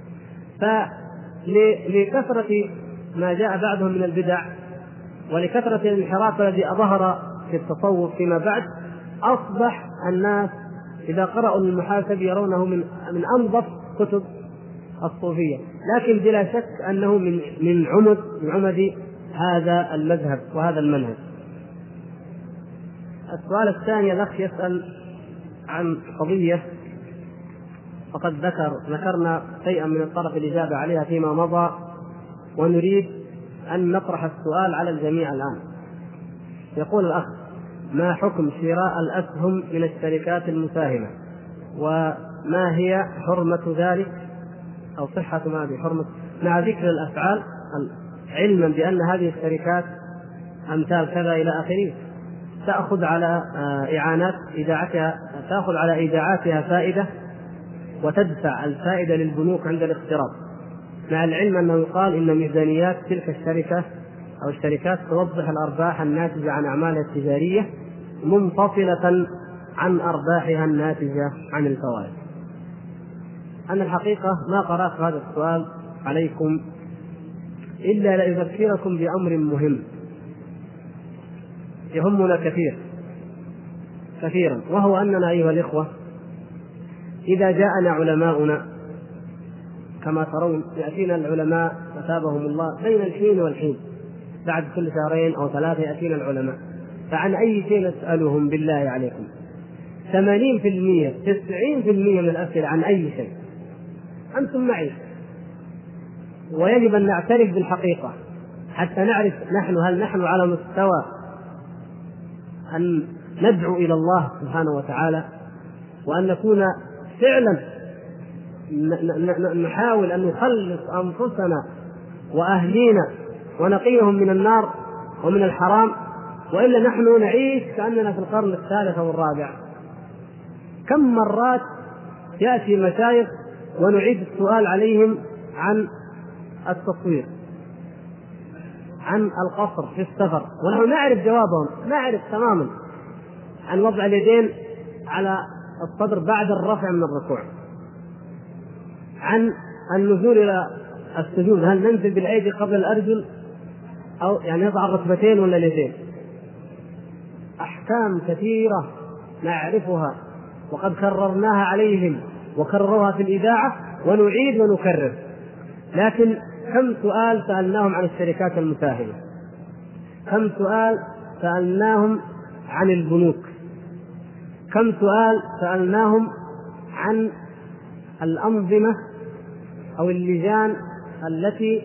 فلكثرة ما جاء بعدهم من البدع ولكثرة الانحراف الذي ظهر في التصوف فيما بعد، أصبح الناس إذا قرأوا المحاسب يرونه من من أنظف كتب الصوفية، لكن بلا شك أنه من من عمد من عمد هذا المذهب وهذا المنهج. السؤال الثاني، الأخ يسأل عن قضية وقد ذكر ذكرنا شيئا من الطرف الإجابة عليها فيما مضى، ونريد أن نطرح السؤال على الجميع الآن. يقول الأخ: ما حكم شراء الأسهم من الشركات المساهمة، وما هي حرمة ذلك أو صحة ما بحرمة، مع ذكر الأفعال علما بأن هذه الشركات أمثال كذا إلى آخره تأخذ على إعانات إيداعاتها تأخذ على إيداعاتها فائدة وتدفع الفائدة للبنوك عند الاقتراض، مع العلم أنه يقال إن ميزانيات تلك الشركة أو الشركات توضح الأرباح الناتجة عن أعمالها التجارية منفصلة عن أرباحها الناتجة عن الفوائد. أنا الحقيقة ما قرأت هذا السؤال عليكم إلا لأذكركم بأمر مهم يهمنا كثير كثيرا، وهو أننا أيها الإخوة إذا جاءنا علماؤنا كما ترون يأتينا العلماء وثابهم الله بين الحين والحين، بعد كل شهرين أو ثلاثة يأتينا العلماء، فعن أي شيء نسألهم بالله عليكم؟ ثمانين في المئة تسعين في المئة من الأسئلة عن أي شيء. أنتم معي، ويجب أن نعترف بالحقيقة حتى نعرف نحن هل نحن على مستوى أن ندعو إلى الله سبحانه وتعالى، وأن نكون فعلا نحاول أن نخلص أنفسنا وأهلينا ونقيهم من النار ومن الحرام، وإلا نحن نعيش كأننا في القرن الثالث أو الرابع. كم مرات يأتي مشايخ ونعيد السؤال عليهم عن التصوير، عن القصر في السفر، ونحن نعرف جوابهم، نعرف تماما، عن وضع اليدين على الصدر بعد الرفع من الركوع، عن النزول إلى السجود، هل ننزل بالأيدي قبل الأرجل أو يعني نضع الركبتين ولا اليدين. أحكام كثيرة نعرفها وقد كررناها عليهم وكرروها في الإذاعة ونعيد ونكرر، لكن كم سؤال سألناهم عن الشركات المساهمة، كم سؤال سألناهم عن البنوك، كم سؤال سألناهم عن الأنظمة أو اللجان التي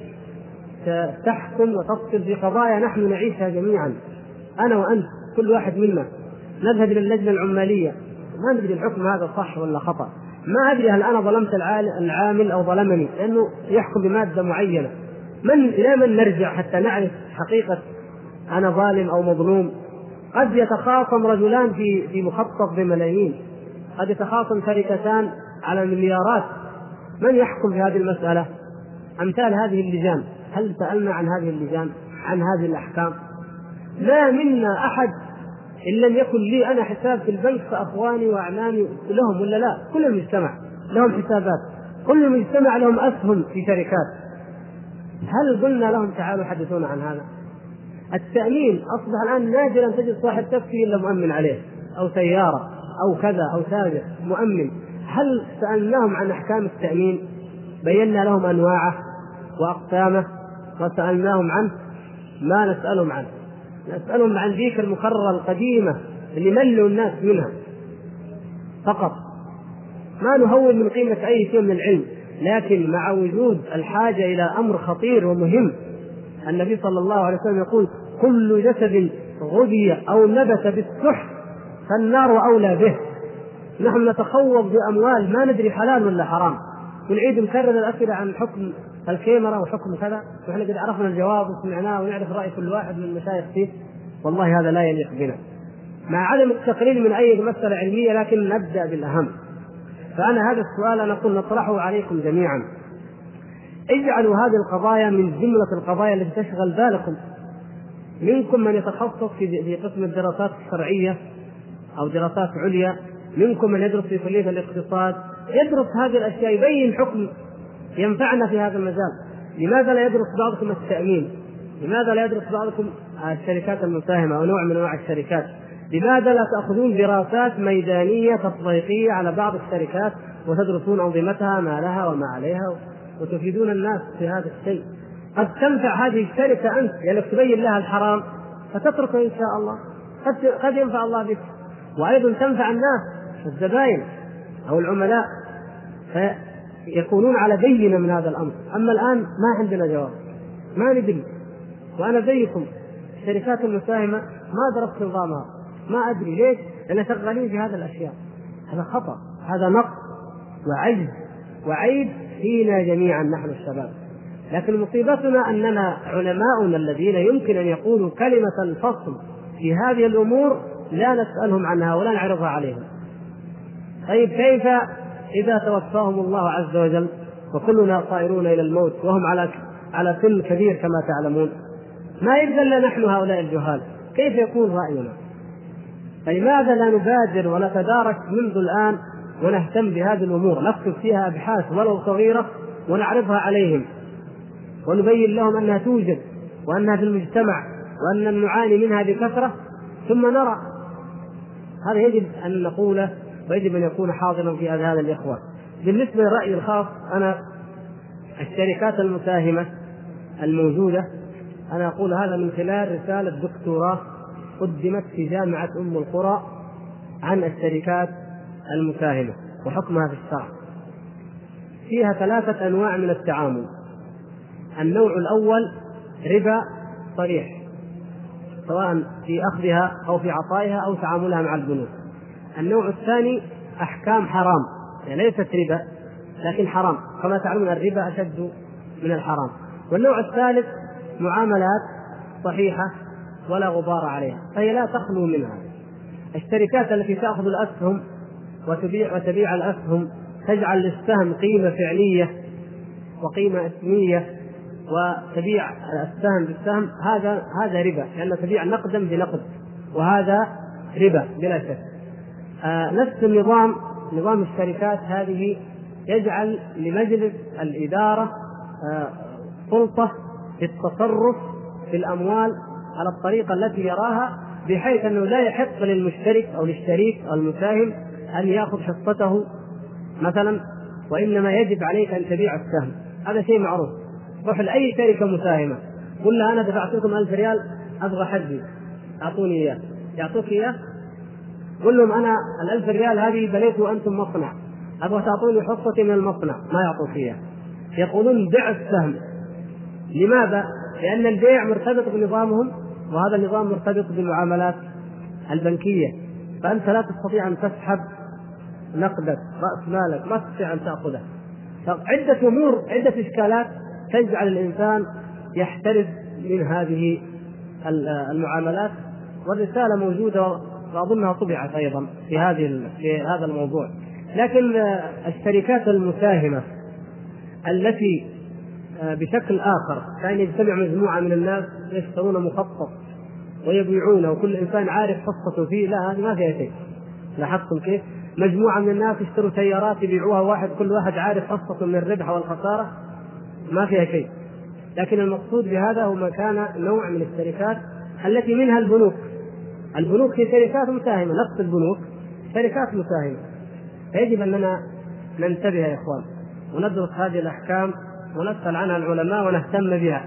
تحكم وتفصل في قضايا نحن نعيشها جميعا، أنا وأنت كل واحد منا. نذهب إلى اللجنة العمالية ما ندري الحكم هذا صح ولا خطأ، ما أدري هل أنا ظلمت العامل أو ظلمني، لأنه يحكم بمادة معينة. من إلى من نرجع حتى نعرف حقيقة أنا ظالم أو مظلوم؟ قد يتخاصم رجلان في في مخطط بملايين، قد يتخاصم شركتان على مليارات، من يحكم في هذه المسألة؟ أمثال هذه اللجان، هل سألنا عن هذه اللجان، عن هذه الأحكام؟ لا منا أحد إن لم يكن لي أنا حساب في البنك فأخواني وأعمامي لهم ولا لا، كل المجتمع لهم حسابات، كل المجتمع لهم أسهم في شركات. هل قلنا لهم تعالوا حدثونا عن هذا؟ التأمين أصبح الآن نادرا أن تجد صاحب تاكسي إلا مؤمن عليه، أو سيارة أو كذا أو تاجر مؤمن. هل سألناهم عن أحكام التأمين؟ بينا لهم أنواعه وأقسامه وسألناهم عنه؟ ما نسألهم عنه، نسألهم عن ذيك المقررة القديمة اللي ملوا الناس منها فقط. ما نهول من قيمة أي شيء من العلم، لكن مع وجود الحاجة إلى أمر خطير ومهم. النبي صلى الله عليه وسلم يقول: كل جسد غذي أو نبت بالسحت فالنار أولى به. نحن نتخوض بأموال ما ندري حلال ولا حرام، ونعيد نكرر الأسئلة عن حكم الكاميرا وحكم كذا، ونحن قد عرفنا الجواب وسمعناه ونعرف رأي كل واحد من المشايخ فيه. والله هذا لا يليق بنا، مع عدم التقليل من أي مسألة علمية، لكن نبدأ بالأهم. فأنا هذا السؤال أنا أقول نطرحه عليكم جميعا، اجعلوا هذه القضايا من جملة القضايا التي تشغل بالكم. منكم من يتخصص في قسم الدراسات الشرعية أو دراسات عليا، منكم من يدرس في كلية الاقتصاد، يدرس هذه الأشياء، يبين حكم ينفعنا في هذا المجال. لماذا لا يدرس بعضكم التأمين؟ لماذا لا يدرس بعضكم الشركات المساهمة أو نوع من أنواع الشركات؟ لماذا لا تأخذون دراسات ميدانية تطبيقية على بعض الشركات وتدرسون أنظمتها، ما لها وما عليها، وتفيدون الناس في هذا الشيء؟ قد تنفع هذه الشركة أنت لأنك تبين لها الحرام فتتركه إن شاء الله، قد قد ينفع الله بك، وأيضا تنفع الناس الزبائن أو العملاء فيكونون على بينة من هذا الأمر. أما الآن ما عندنا جواب، ما ندري، وأنا زيكم الشركات المساهمة ما درست نظامها، ما أدري ليش، لأن شغالين في هذه الأشياء. هذا خطأ، هذا نقص وعجز وعيب فينا جميعا نحن الشباب. لكن مصيبتنا أننا علماؤنا الذين يمكن أن يقولوا كلمة الفصل في هذه الأمور لا نسألهم عنها ولا نعرضها عليهم. طيب كيف إذا توفاهم الله عز وجل وكلنا طائرون إلى الموت وهم على على سن كبير كما تعلمون، ما يبدأ لنا نحن هؤلاء الجهال، كيف يكون رأينا؟ فلماذا لا نبادر ونتدارك منذ الآن ونهتم بهذه الأمور، نكتب فيها أبحاث ولو صغيرة ونعرضها عليهم ونبين لهم أنها توجد وأنها في المجتمع وأن نعاني منها بكثرة، ثم نرى. هذا يجب أن نقوله ويجب أن يكون حاضرا في أذهان الإخوة. بالنسبة للرأي الخاص، أنا الشركات المساهمة الموجودة أنا أقول هذا من خلال رسالة دكتوراه قدمت في جامعة أم القرى عن الشركات المساهمة وحكمها في الشرع. فيها ثلاثة أنواع من التعامل. النوع الأول ربا صريح، سواء في أخذها أو في عطائها أو تعاملها مع البنوك. النوع الثاني أحكام حرام، يعني ليست ربا لكن حرام، كما تعلمون الربا أشد من الحرام. والنوع الثالث معاملات صحيحة ولا غبار عليها، فهي لا تخلو منها. الشركات التي تأخذ الأسهم وتبيع وتبيع الأسهم تجعل للسهم قيمة فعلية وقيمة اسمية وتبيع السهم بالسهم، هذا هذا ربا، لأن تبيع نقدا بنقد، وهذا ربا بلا شك. آه نفس النظام نظام الشركات هذه يجعل لمجلس الإدارة آه سلطة في التصرف في الأموال على الطريقة التي يراها، بحيث أنه لا يحق للمشترك أو للشريك أو المساهم أن يأخذ حصته مثلا، وإنما يجب عليك أن تبيع السهم. هذا شيء معروف. روح لأي شركة مساهمة قل لها أنا دفعت لكم ألف ريال أبغى حجي أعطوني إياه، يعطوك إياه. قل لهم أنا الألف ريال هذه بنيت وأنتم مصنع، أبغى تعطوني حصتي من المصنع، ما يعطوك إياه. يقولون بيع السهم. لماذا؟ لأن البيع مرتبط بنظامهم، وهذا النظام مرتبط بالمعاملات البنكية، فأنت لا تستطيع أن تسحب نقدك رأس مالك، ما تستطيع أن تأخذه. عدة أمور، عدة إشكالات تجعل الإنسان يحترز من هذه المعاملات، والرسالة موجودة وأظنها طبعت أيضا في هذه في هذا الموضوع. لكن الشركات المساهمة التي بشكل آخر كان يجتمع مجموعة من الناس يشترون مخطط ويبيعونه وكل إنسان عارف حصته فيه، لا هذه ما فيها شيء. لاحظتم كيف؟ مجموعة من الناس يشتروا سيارات يبيعوها واحد، كل واحد عارف حصته من الربح والخسارة، ما فيها شيء. لكن المقصود بهذا هو ما كان نوع من الشركات التي منها البنوك. البنوك هي شركات مساهمة، نفس البنوك شركات مساهمة. فيجب أننا ننتبه يا إخوان وندرس هذه الأحكام ونسأل عنها العلماء ونهتم بها.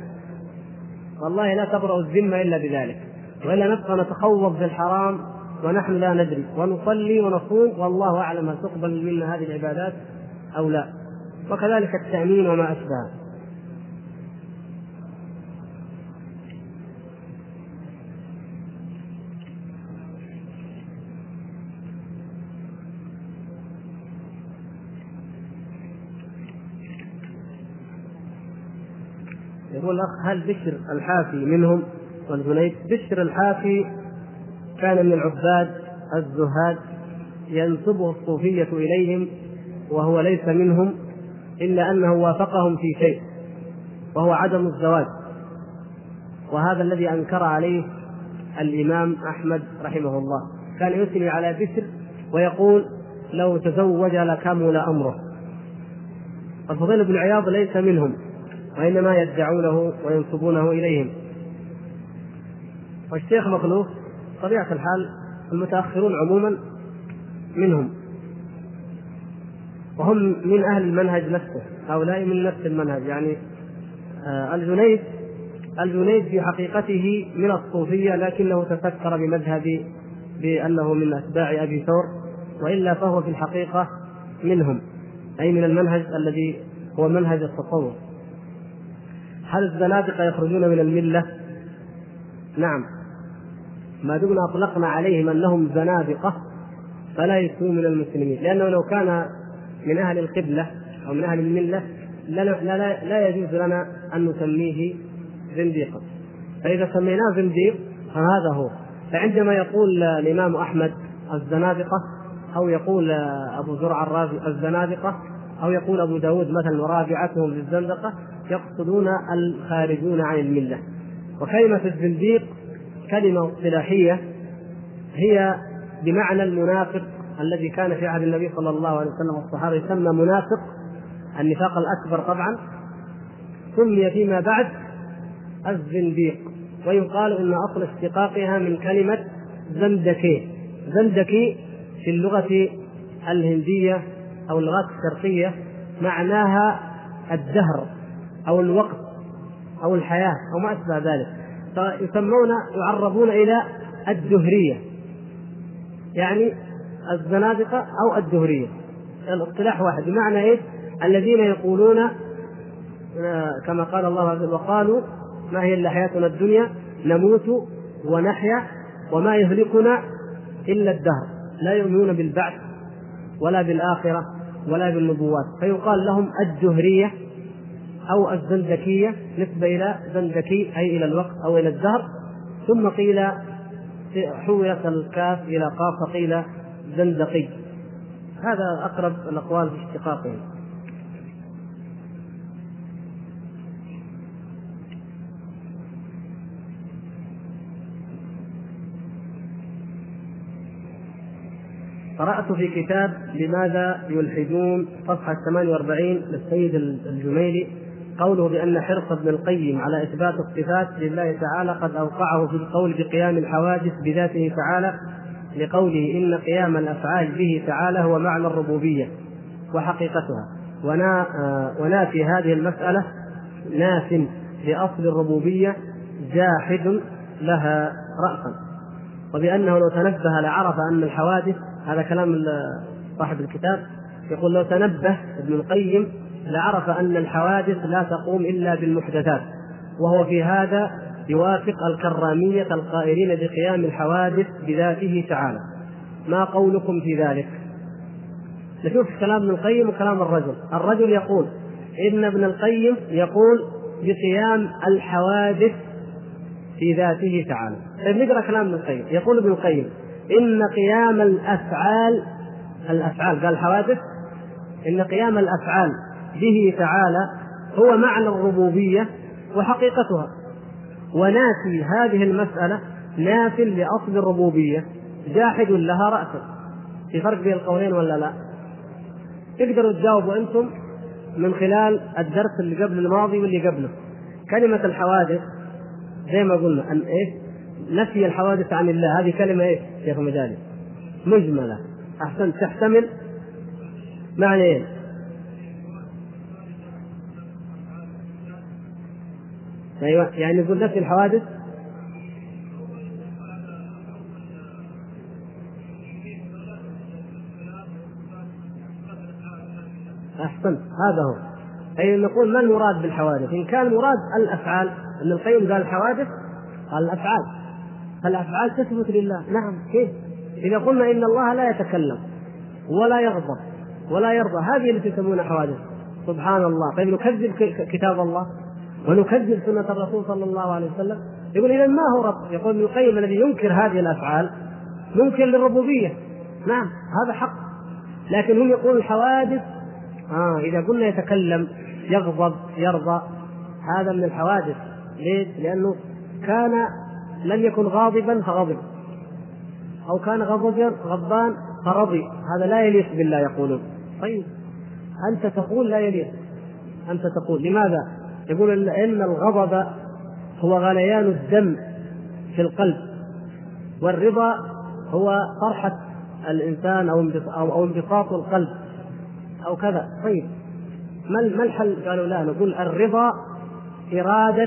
والله لا تبرأ الذمة إلا بذلك، وإلا نبقى نتخوض في الحرام ونحن لا ندري، ونصلي ونصوم والله أعلم هل تقبل منا هذه العبادات أو لا. وكذلك التأمين وما أشبهه. يقول الأخ هل بشر الحافي منهم؟ والجنيد. بشر الحافي كان من العباد الزهاد ينسبه الصوفية إليهم وهو ليس منهم، إلا أنه وافقهم في شيء وهو عدم الزواج، وهذا الذي أنكر عليه الإمام أحمد رحمه الله. كان يثني على بشر ويقول لو تزوج لكمل أمره. الفضيل بن عياض ليس منهم، وإنما يدعونه وينسبونه إليهم. والشيخ مخلوف طبيعة الحال المتأخرون عموما منهم، وهم من أهل المنهج نفسه، هؤلاء من نفس المنهج. يعني آه الجنيد الجنيد في حقيقته من الصوفية، لكنه تفكر بمذهب بأنه من أتباع أبي ثور، وإلا فهو في الحقيقة منهم، أي من المنهج الذي هو منهج التصوف. هل الزنادقة يخرجون من الملة؟ نعم، ما دمنا أطلقنا عليهم أنهم زنادقة فلا يكونوا من المسلمين، لأنه لو كان من أهل القبلة أو من أهل الملة لا, لا, لا يجوز لنا أن نسميه زنديقا، فإذا سميناه زنديق فهذا هو. فعندما يقول الإمام أحمد الزنادقة، أو يقول أبو زرع الرازي الزنادقة، أو يقول أبو داود مثلا ورابعتهم للزندقة، يقصدون الخارجون عن الملة. وكلمة الزنديق كلمة اصطلاحية هي بمعنى المنافق الذي كان في عهد النبي صلى الله عليه وسلم والصحابة يسمى منافق، النفاق الأكبر طبعا، سمي فيما بعد الزنديق. ويقال إن أصل اشتقاقها من كلمة زندكي. زندكي في اللغة الهندية أو اللغات الشرقية معناها الدهر أو الوقت أو الحياة أو ما أشبه ذلك، فيسمون يعربون إلى الدهرية، يعني الزنادقة أو الدهرية الاصطلاح واحد، بمعنى إيه؟ الذين يقولون كما قال الله عز وجل وقالوا ما هي إلا حياتنا الدنيا نموت ونحيا وما يهلكنا إلا الدهر، لا يؤمنون بالبعث ولا بالآخرة ولا بالنبوات، فيقال لهم الدهرية أو الزندكية نسبة إلى زندكي أي إلى الوقت أو إلى الدهر. ثم قيل حولت الكاف إلى قاف فقيل زندقي. هذا أقرب الأقوال في اشتقاقهم. قرأت في كتاب لماذا يلحدون صفحة ثمانية وأربعين للسيد الجميلي قوله بأن حرص ابن القيم على إثبات الصفات لله تعالى قد أوقعه في القول بقيام الحوادث بذاته تعالى، لقوله إن قيام الأفعال به تعالى هو معنى الربوبية وحقيقتها، ونا ونافي هذه المسألة ناف لأصل الربوبية جاحد لها رأسا، وبأنه لو تنبه لعرف أن الحوادث، هذا كلام صاحب الكتاب يقول لو تنبه ابن القيم لعرف أن الحوادث لا تقوم إلا بالمحدثات، وهو في هذا يوافق الكرامية القائلين بقيام الحوادث بذاته تعالى. ما قولكم في ذلك؟ نشوف كلام ابن القيم وكلام الرجل. الرجل يقول إن ابن القيم يقول بقيام الحوادث في ذاته تعالى. نقرأ كلام ابن القيم. يقول ابن القيم إن قيام الأفعال الأفعال قال الحوادث إن قيام الأفعال به تعالى هو معنى الربوبية وحقيقتها، ونافي هذه المسألة ناف لأصل الربوبية جاحد لها رأسا. في فرق بين القولين ولا لا؟ تقدروا تجاوبوا أنتم من خلال الدرس اللي قبل الماضي واللي قبله. كلمة الحوادث زي ما قلنا أن إيه؟ نفي الحوادث عن الله، هذه كلمة إيه شيخ مجالي؟ مجملة. أحسن، تحتمل معنى إيه؟ أيوة، يعني يقول نفي الحوادث أحسن، هذا هو. أي نقول ما المراد بالحوادث؟ إن كان مراد الأفعال، ابن القيم قال الحوادث قال الأفعال، فالأفعال تثبت لله. نعم، كيف؟ إذا قلنا إن الله لا يتكلم ولا يغضب ولا يرضى، هذه التي تسمونها حوادث. سبحان الله. طيب نكذب كتاب الله ونكذب سنة الرسول صلى الله عليه وسلم؟ يقول إذا ما هو رب؟ يقول ابن القيم الذي ينكر هذه الأفعال منكر للربوبية. نعم هذا حق، لكن هم يقولون الحوادث آه إذا قلنا يتكلم يغضب يرضى هذا من الحوادث. ليش؟ لأنه كان لم يكن غاضبا فغضب، أو كان غضبا غضبان فرضي، هذا لا يليق بالله يقولون. طيب أنت تقول لا يليق، أنت تقول لماذا؟ يقول إن الغضب هو غليان الدم في القلب، والرضا هو فرحة الإنسان أو انبساط القلب أو كذا. طيب ما الحل؟ قالوا لا، نقول الرضا إرادة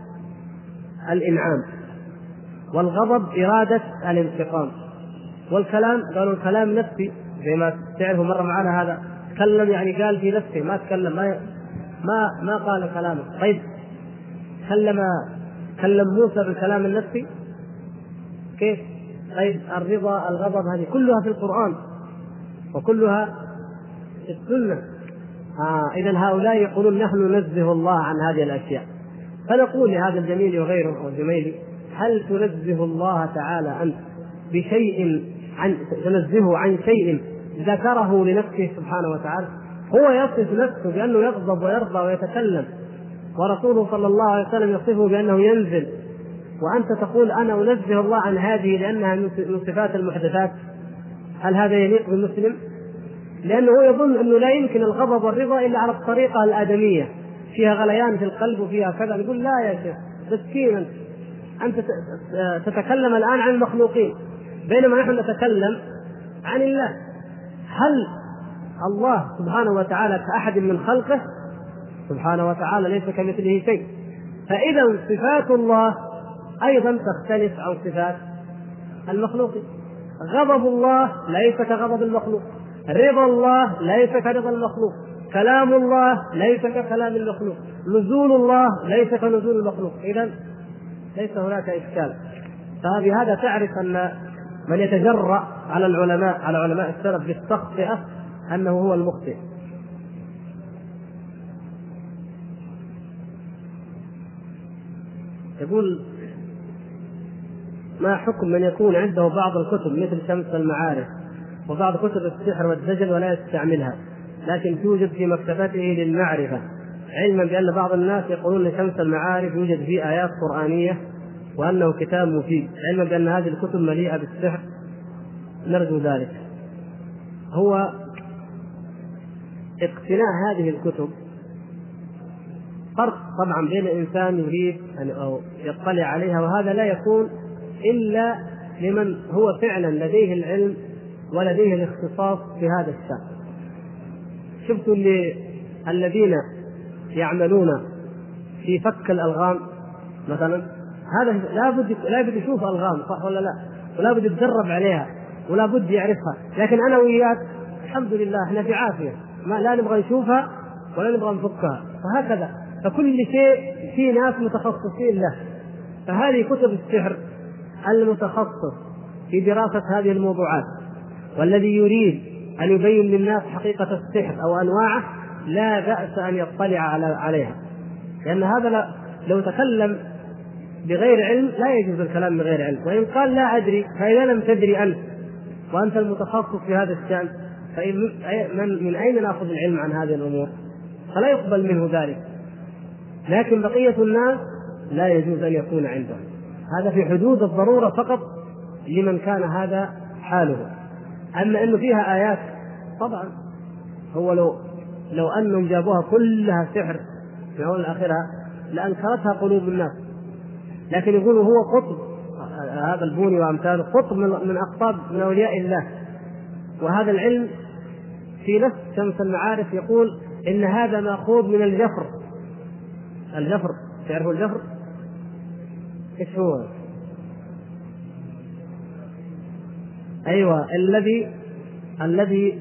الإنعام، والغضب إرادة الانتقام، والكلام قالوا الكلام نفسي زي ما تعرفوا مرة معنا هذا تكلم يعني قال في نفسه، ما تكلم ما ما, ما قال كلامه. طيب كلم كلم موسى بالكلام النفسي كيف؟ طيب الرضا الغضب هذه كلها في القرآن وكلها في السنة. آه إذن هؤلاء يقولون نحن ننزه الله عن هذه الأشياء. فنقول لهذا الجميل وغيره والجميل هل تنزه الله تعالى أنت بشيء عن تنزهه عن شيء ذكره لنفسه سبحانه وتعالى؟ هو يصف نفسه بأنه يغضب ويرضى ويتكلم، ورسوله صلى الله عليه وسلم يصفه بأنه ينزل، وأنت تقول أنا أنزه الله عن هذه لأنها من صفات المحدثات. هل هذا يليق بالمسلم؟ لأنه يظن أنه لا يمكن الغضب والرضا إلا على الطريقة الآدمية، فيها غليان في القلب وفيها كذا. نقول لا يا شيخ مسكين، أنت تتكلم الآن عن المخلوقين بينما نحن نتكلم عن الله. هل الله سبحانه وتعالى كأحد من خلقه؟ سبحانه وتعالى ليس كمثله شيء. فإذا صفات الله أيضا تختلف عن صفات المخلوق. غضب الله ليس كغضب المخلوق، رضا الله ليس كرضا المخلوق، كلام الله ليس ككلام المخلوق، نزول الله ليس كنزول المخلوق. إذن ليس هناك إشكال. فبهذا تعرف أن من يتجرأ على العلماء على علماء السلف بالتخطئة أنه هو المخطئ. يقول ما حكم من يكون عنده بعض الكتب مثل شمس المعارف وبعض كتب السحر والدجل ولا يستعملها، لكن توجد في مكتبته للمعرفة، علما بأن بعض الناس يقولون ان شمس المعارف يوجد فيه آيات قرآنية وأنه كتاب مفيد، علما بأن هذه الكتب مليئة بالسحر؟ نرجو ذلك. هو اقتناء هذه الكتب فرق طبعا بين الإنسان يريد أن يطلع عليها، وهذا لا يكون إلا لمن هو فعلا لديه العلم ولديه الاختصاص في هذا الشأن. شفتوا اللي الذين يعملون في فك الألغام مثلا، هذا لا بد لا بد يشوف ألغام صح ولا لا، ولا بد يتدرب عليها ولا بد يعرفها. لكن أنا وياك الحمد لله احنا في عافية، ما لا نبغى نشوفها ولا نبغى نفكها، وهكذا. فكل شيء في ناس متخصصين له. فهذه كتب السحر المتخصص في دراسة هذه الموضوعات والذي يريد أن يبين للناس حقيقة السحر أو أنواعه لا بأس أن يطلع عليها، لأن هذا لو تكلم بغير علم لا يجوز الكلام بغير علم. وإن قال لا أدري، فإذا لم تدري أنت وأنت المتخصص في هذا الشأن من أين نأخذ العلم عن هذه الأمور؟ فلا يقبل منه ذلك. لكن بقية الناس لا يجوز أن يكون عندهم هذا في حدود الضرورة فقط لمن كان هذا حاله. أما أنه فيها آيات طبعا هو لو لو أنهم جابوها كلها سحر في أول آخرها لأنكرتها قلوب الناس. لكن يقولوا هو قطب، هذا البوني وأمثاله قطب من أقطاب من أولياء الله. وهذا العلم في نفس شمس المعارف يقول إن هذا مأخوذ من الجفر. الجفر تعرفوا الجفر؟ إيش هو؟ أيوة الذي الذي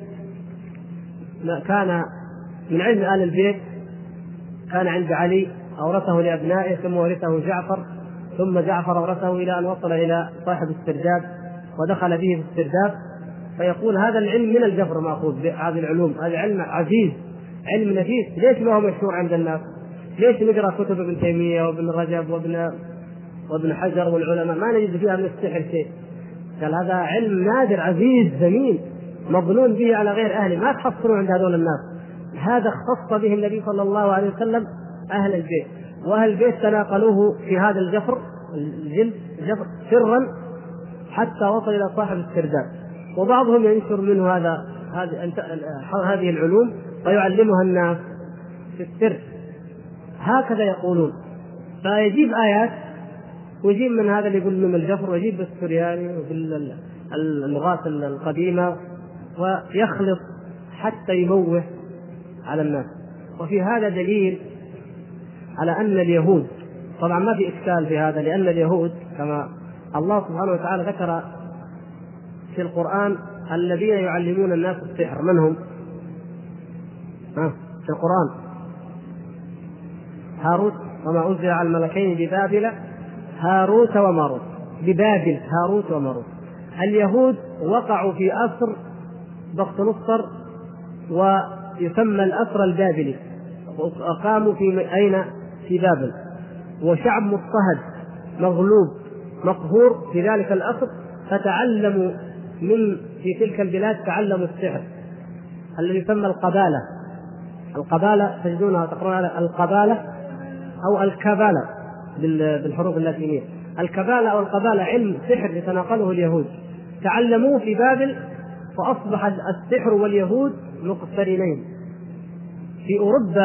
كان من علم آل البيت، كان عند علي أورثه لأبنائه، ثم ورثه جعفر، ثم جعفر أورثه إلى أن وصل إلى صاحب السرداب ودخل به في السرداب. فيقول هذا العلم من الجفر مأخوذ. هذه العلوم هذا علم عزيز، علم نفيس. ليش ما هو مشهور عند الناس؟ ليش نقرأ كتب ابن تيمية وابن رجب وابن وابن حجر والعلماء ما نجد فيها من السحر شيء. قال هذا علم نادر عزيز ثمين مظنون به على غير أهله، ما تحصلون عند هذول الناس. هذا اختص به النبي صلى الله عليه وسلم أهل البيت، وأهل البيت تناقلوه في هذا الجفر الجلد جفر سرا حتى وصل إلى صاحب السرداب، وبعضهم ينشر منه هذا هذه العلوم ويعلمها الناس في السر، هكذا يقولون. فيجيب آيات ويجيب من هذا اللي يقول من الجفر، ويجيب بالسرياني وباللغات القديمة ويخلط حتى يموه على الناس. وفي هذا دليل على أن اليهود، طبعا ما في إشكال في هذا، لأن اليهود كما الله سبحانه وتعالى ذكر في القرآن الذين يعلمون الناس السحر، من هم؟ ها في القرآن هاروت وما أنزل على الملكين ببابل هاروت وماروت، ببابل هاروت وماروت. اليهود وقعوا في أسر بختنصر ويسمى الأسر البابلي، وقاموا في أين؟ في بابل، وشعب مضطهد مغلوب مقهور في ذلك الأسر، فتعلموا من في تلك البلاد تعلموا السحر الذي يسمى القبالة. القبالة تجدونها تقرون على القبالة أو الكبالة بالحروف اللاتينية. الكبالة أو القبالة علم سحر يتناقله اليهود، تعلموه في بابل، فأصبح السحر واليهود مقترنين. في أوروبا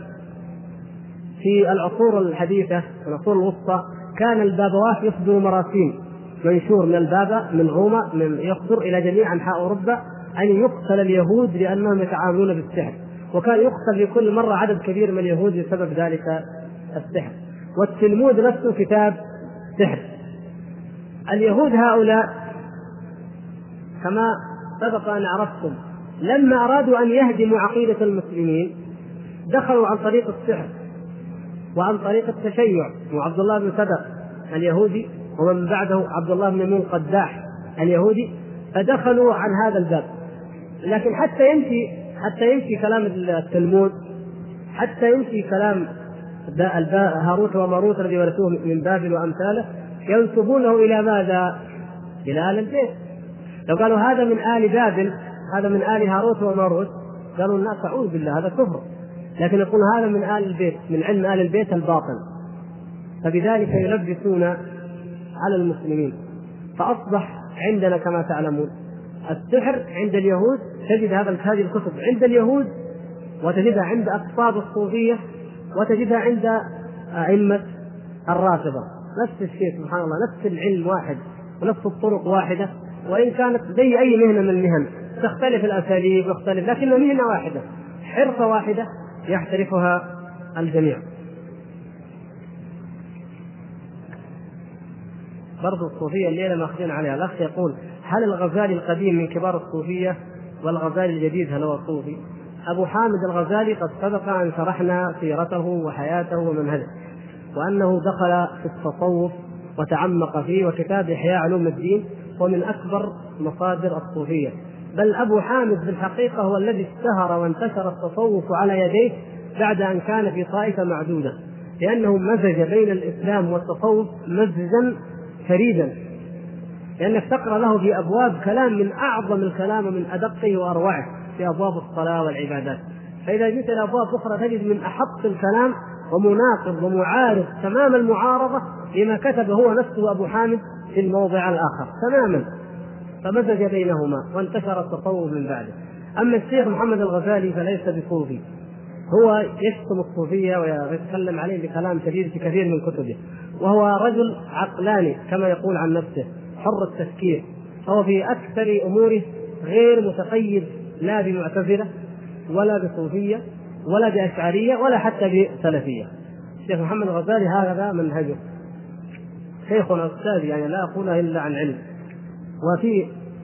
في العصور الحديثة العصور الوسطى كان البابوات يصدروا مراسيم منشور من البابا من روما من يصدر إلى جميع أنحاء أوروبا أن يقتل اليهود لأنهم يتعاملون بالسحر، وكان يقتل في كل مرة عدد كبير من اليهود بسبب ذلك السحر. والتلمود نفسه كتاب سحر. اليهود هؤلاء كما سبق أن عرفتم لما أرادوا أن يهدموا عقيدة المسلمين دخلوا عن طريق السحر وعن طريق التشيع، وعبد الله بن سبأ اليهودي ومن بعده عبد الله بن مون قداح اليهودي، فدخلوا عن هذا الباب. لكن حتى يمشي حتى يمشي كلام التلمود، حتى يمشي كلام هاروت وماروت الذي ورثوه من بابل وأمثاله، ينسبونه إلى ماذا؟ إلى آل البيت. لو قالوا هذا من آل بابل، هذا من آل هاروت وماروت، قالوا الناس أعوذ بالله هذا كفر. لكن يقول هذا من آل البيت، من علم آل البيت الباطل، فبذلك يلبسون على المسلمين. فأصبح عندنا كما تعلمون السحر عند اليهود، تجد هذا هذه الكتب عند اليهود، وتجدها عند أقطاب الصوفية، وتجدها عند أئمة الرافضة، نفس الشيء سبحان الله، نفس العلم واحد ونفس الطرق واحدة، وإن كانت زي أي مهنة من المهن تختلف الأساليب واختلف، لكنها مهنة واحدة، حرفة واحدة يحترفها الجميع. برضو الصوفية الليلة ماخذين عليها. الأخ يقول هل الغزالي القديم من كبار الصوفية والغزالي الجديد هل هو صوفي؟ أبو حامد الغزالي قد سبق أن شرحنا سيرته وحياته ومنهجه، وأنه دخل في التصوف وتعمق فيه، وكتاب إحياء علوم الدين ومن أكبر مصادر الصوفية. بل أبو حامد بالحقيقة هو الذي اشتهر وانتشر التصوف على يديه بعد أن كان في طائفة معدودة، لأنه مزج بين الإسلام والتصوف مزجا فريدا، لأنك تقرأ له في أبواب كلام من أعظم الكلام ومن أدقه وأروعه في أبواب الصلاة والعبادات. فإذا جئت إلى أبواب أخرى تجد من أحط الكلام ومناقض ومعارض تمام المعارضة لما كتب هو نفسه أبو حامد في الموضع الآخر تماما، فمزج بينهما وانتشر التصوف من بعده. أما الشيخ محمد الغزالي فليس بصوفي، هو يشتم الصوفية ويتكلم عليه بكلام شديد في كثير من كتبه، وهو رجل عقلاني كما يقول عن نفسه حر التفكير، فهو في أكثر أموره غير متقيد لا بمعتزلة ولا بصوفية ولا بأشعرية ولا حتى بسلفية. الشيخ محمد الغزالي هذا منهجه، شيخنا أستاذ يعني لا أقولها إلا عن علم. وفي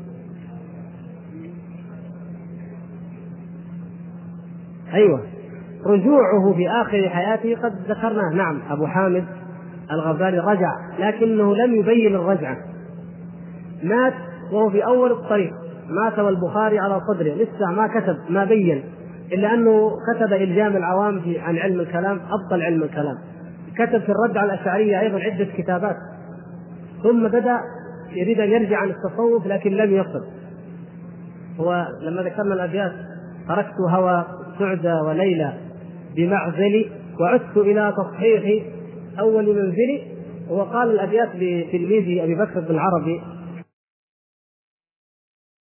أيوة رجوعه في آخر حياته قد ذكرناه. نعم أبو حامد الغزالي رجع، لكنه لم يبين الرجعة، مات وهو في أول الطريق، مات والبخاري على صدره لسه ما كتب ما بين، إلا أنه كتب إلجام العوام في عن علم الكلام، أبطل علم الكلام، كتب في الرد على الأشعرية أيضا عدة كتابات، ثم بدأ يريد أن يرجع عن التصوف لكن لم يصل. هو لما ذكرنا الأبيات تركت هوى سعدى وليلى بمعزلي وعدت إلى تصحيح أول منزلي، هو قال الأبيات لتلميذه أبي بكر بن العربي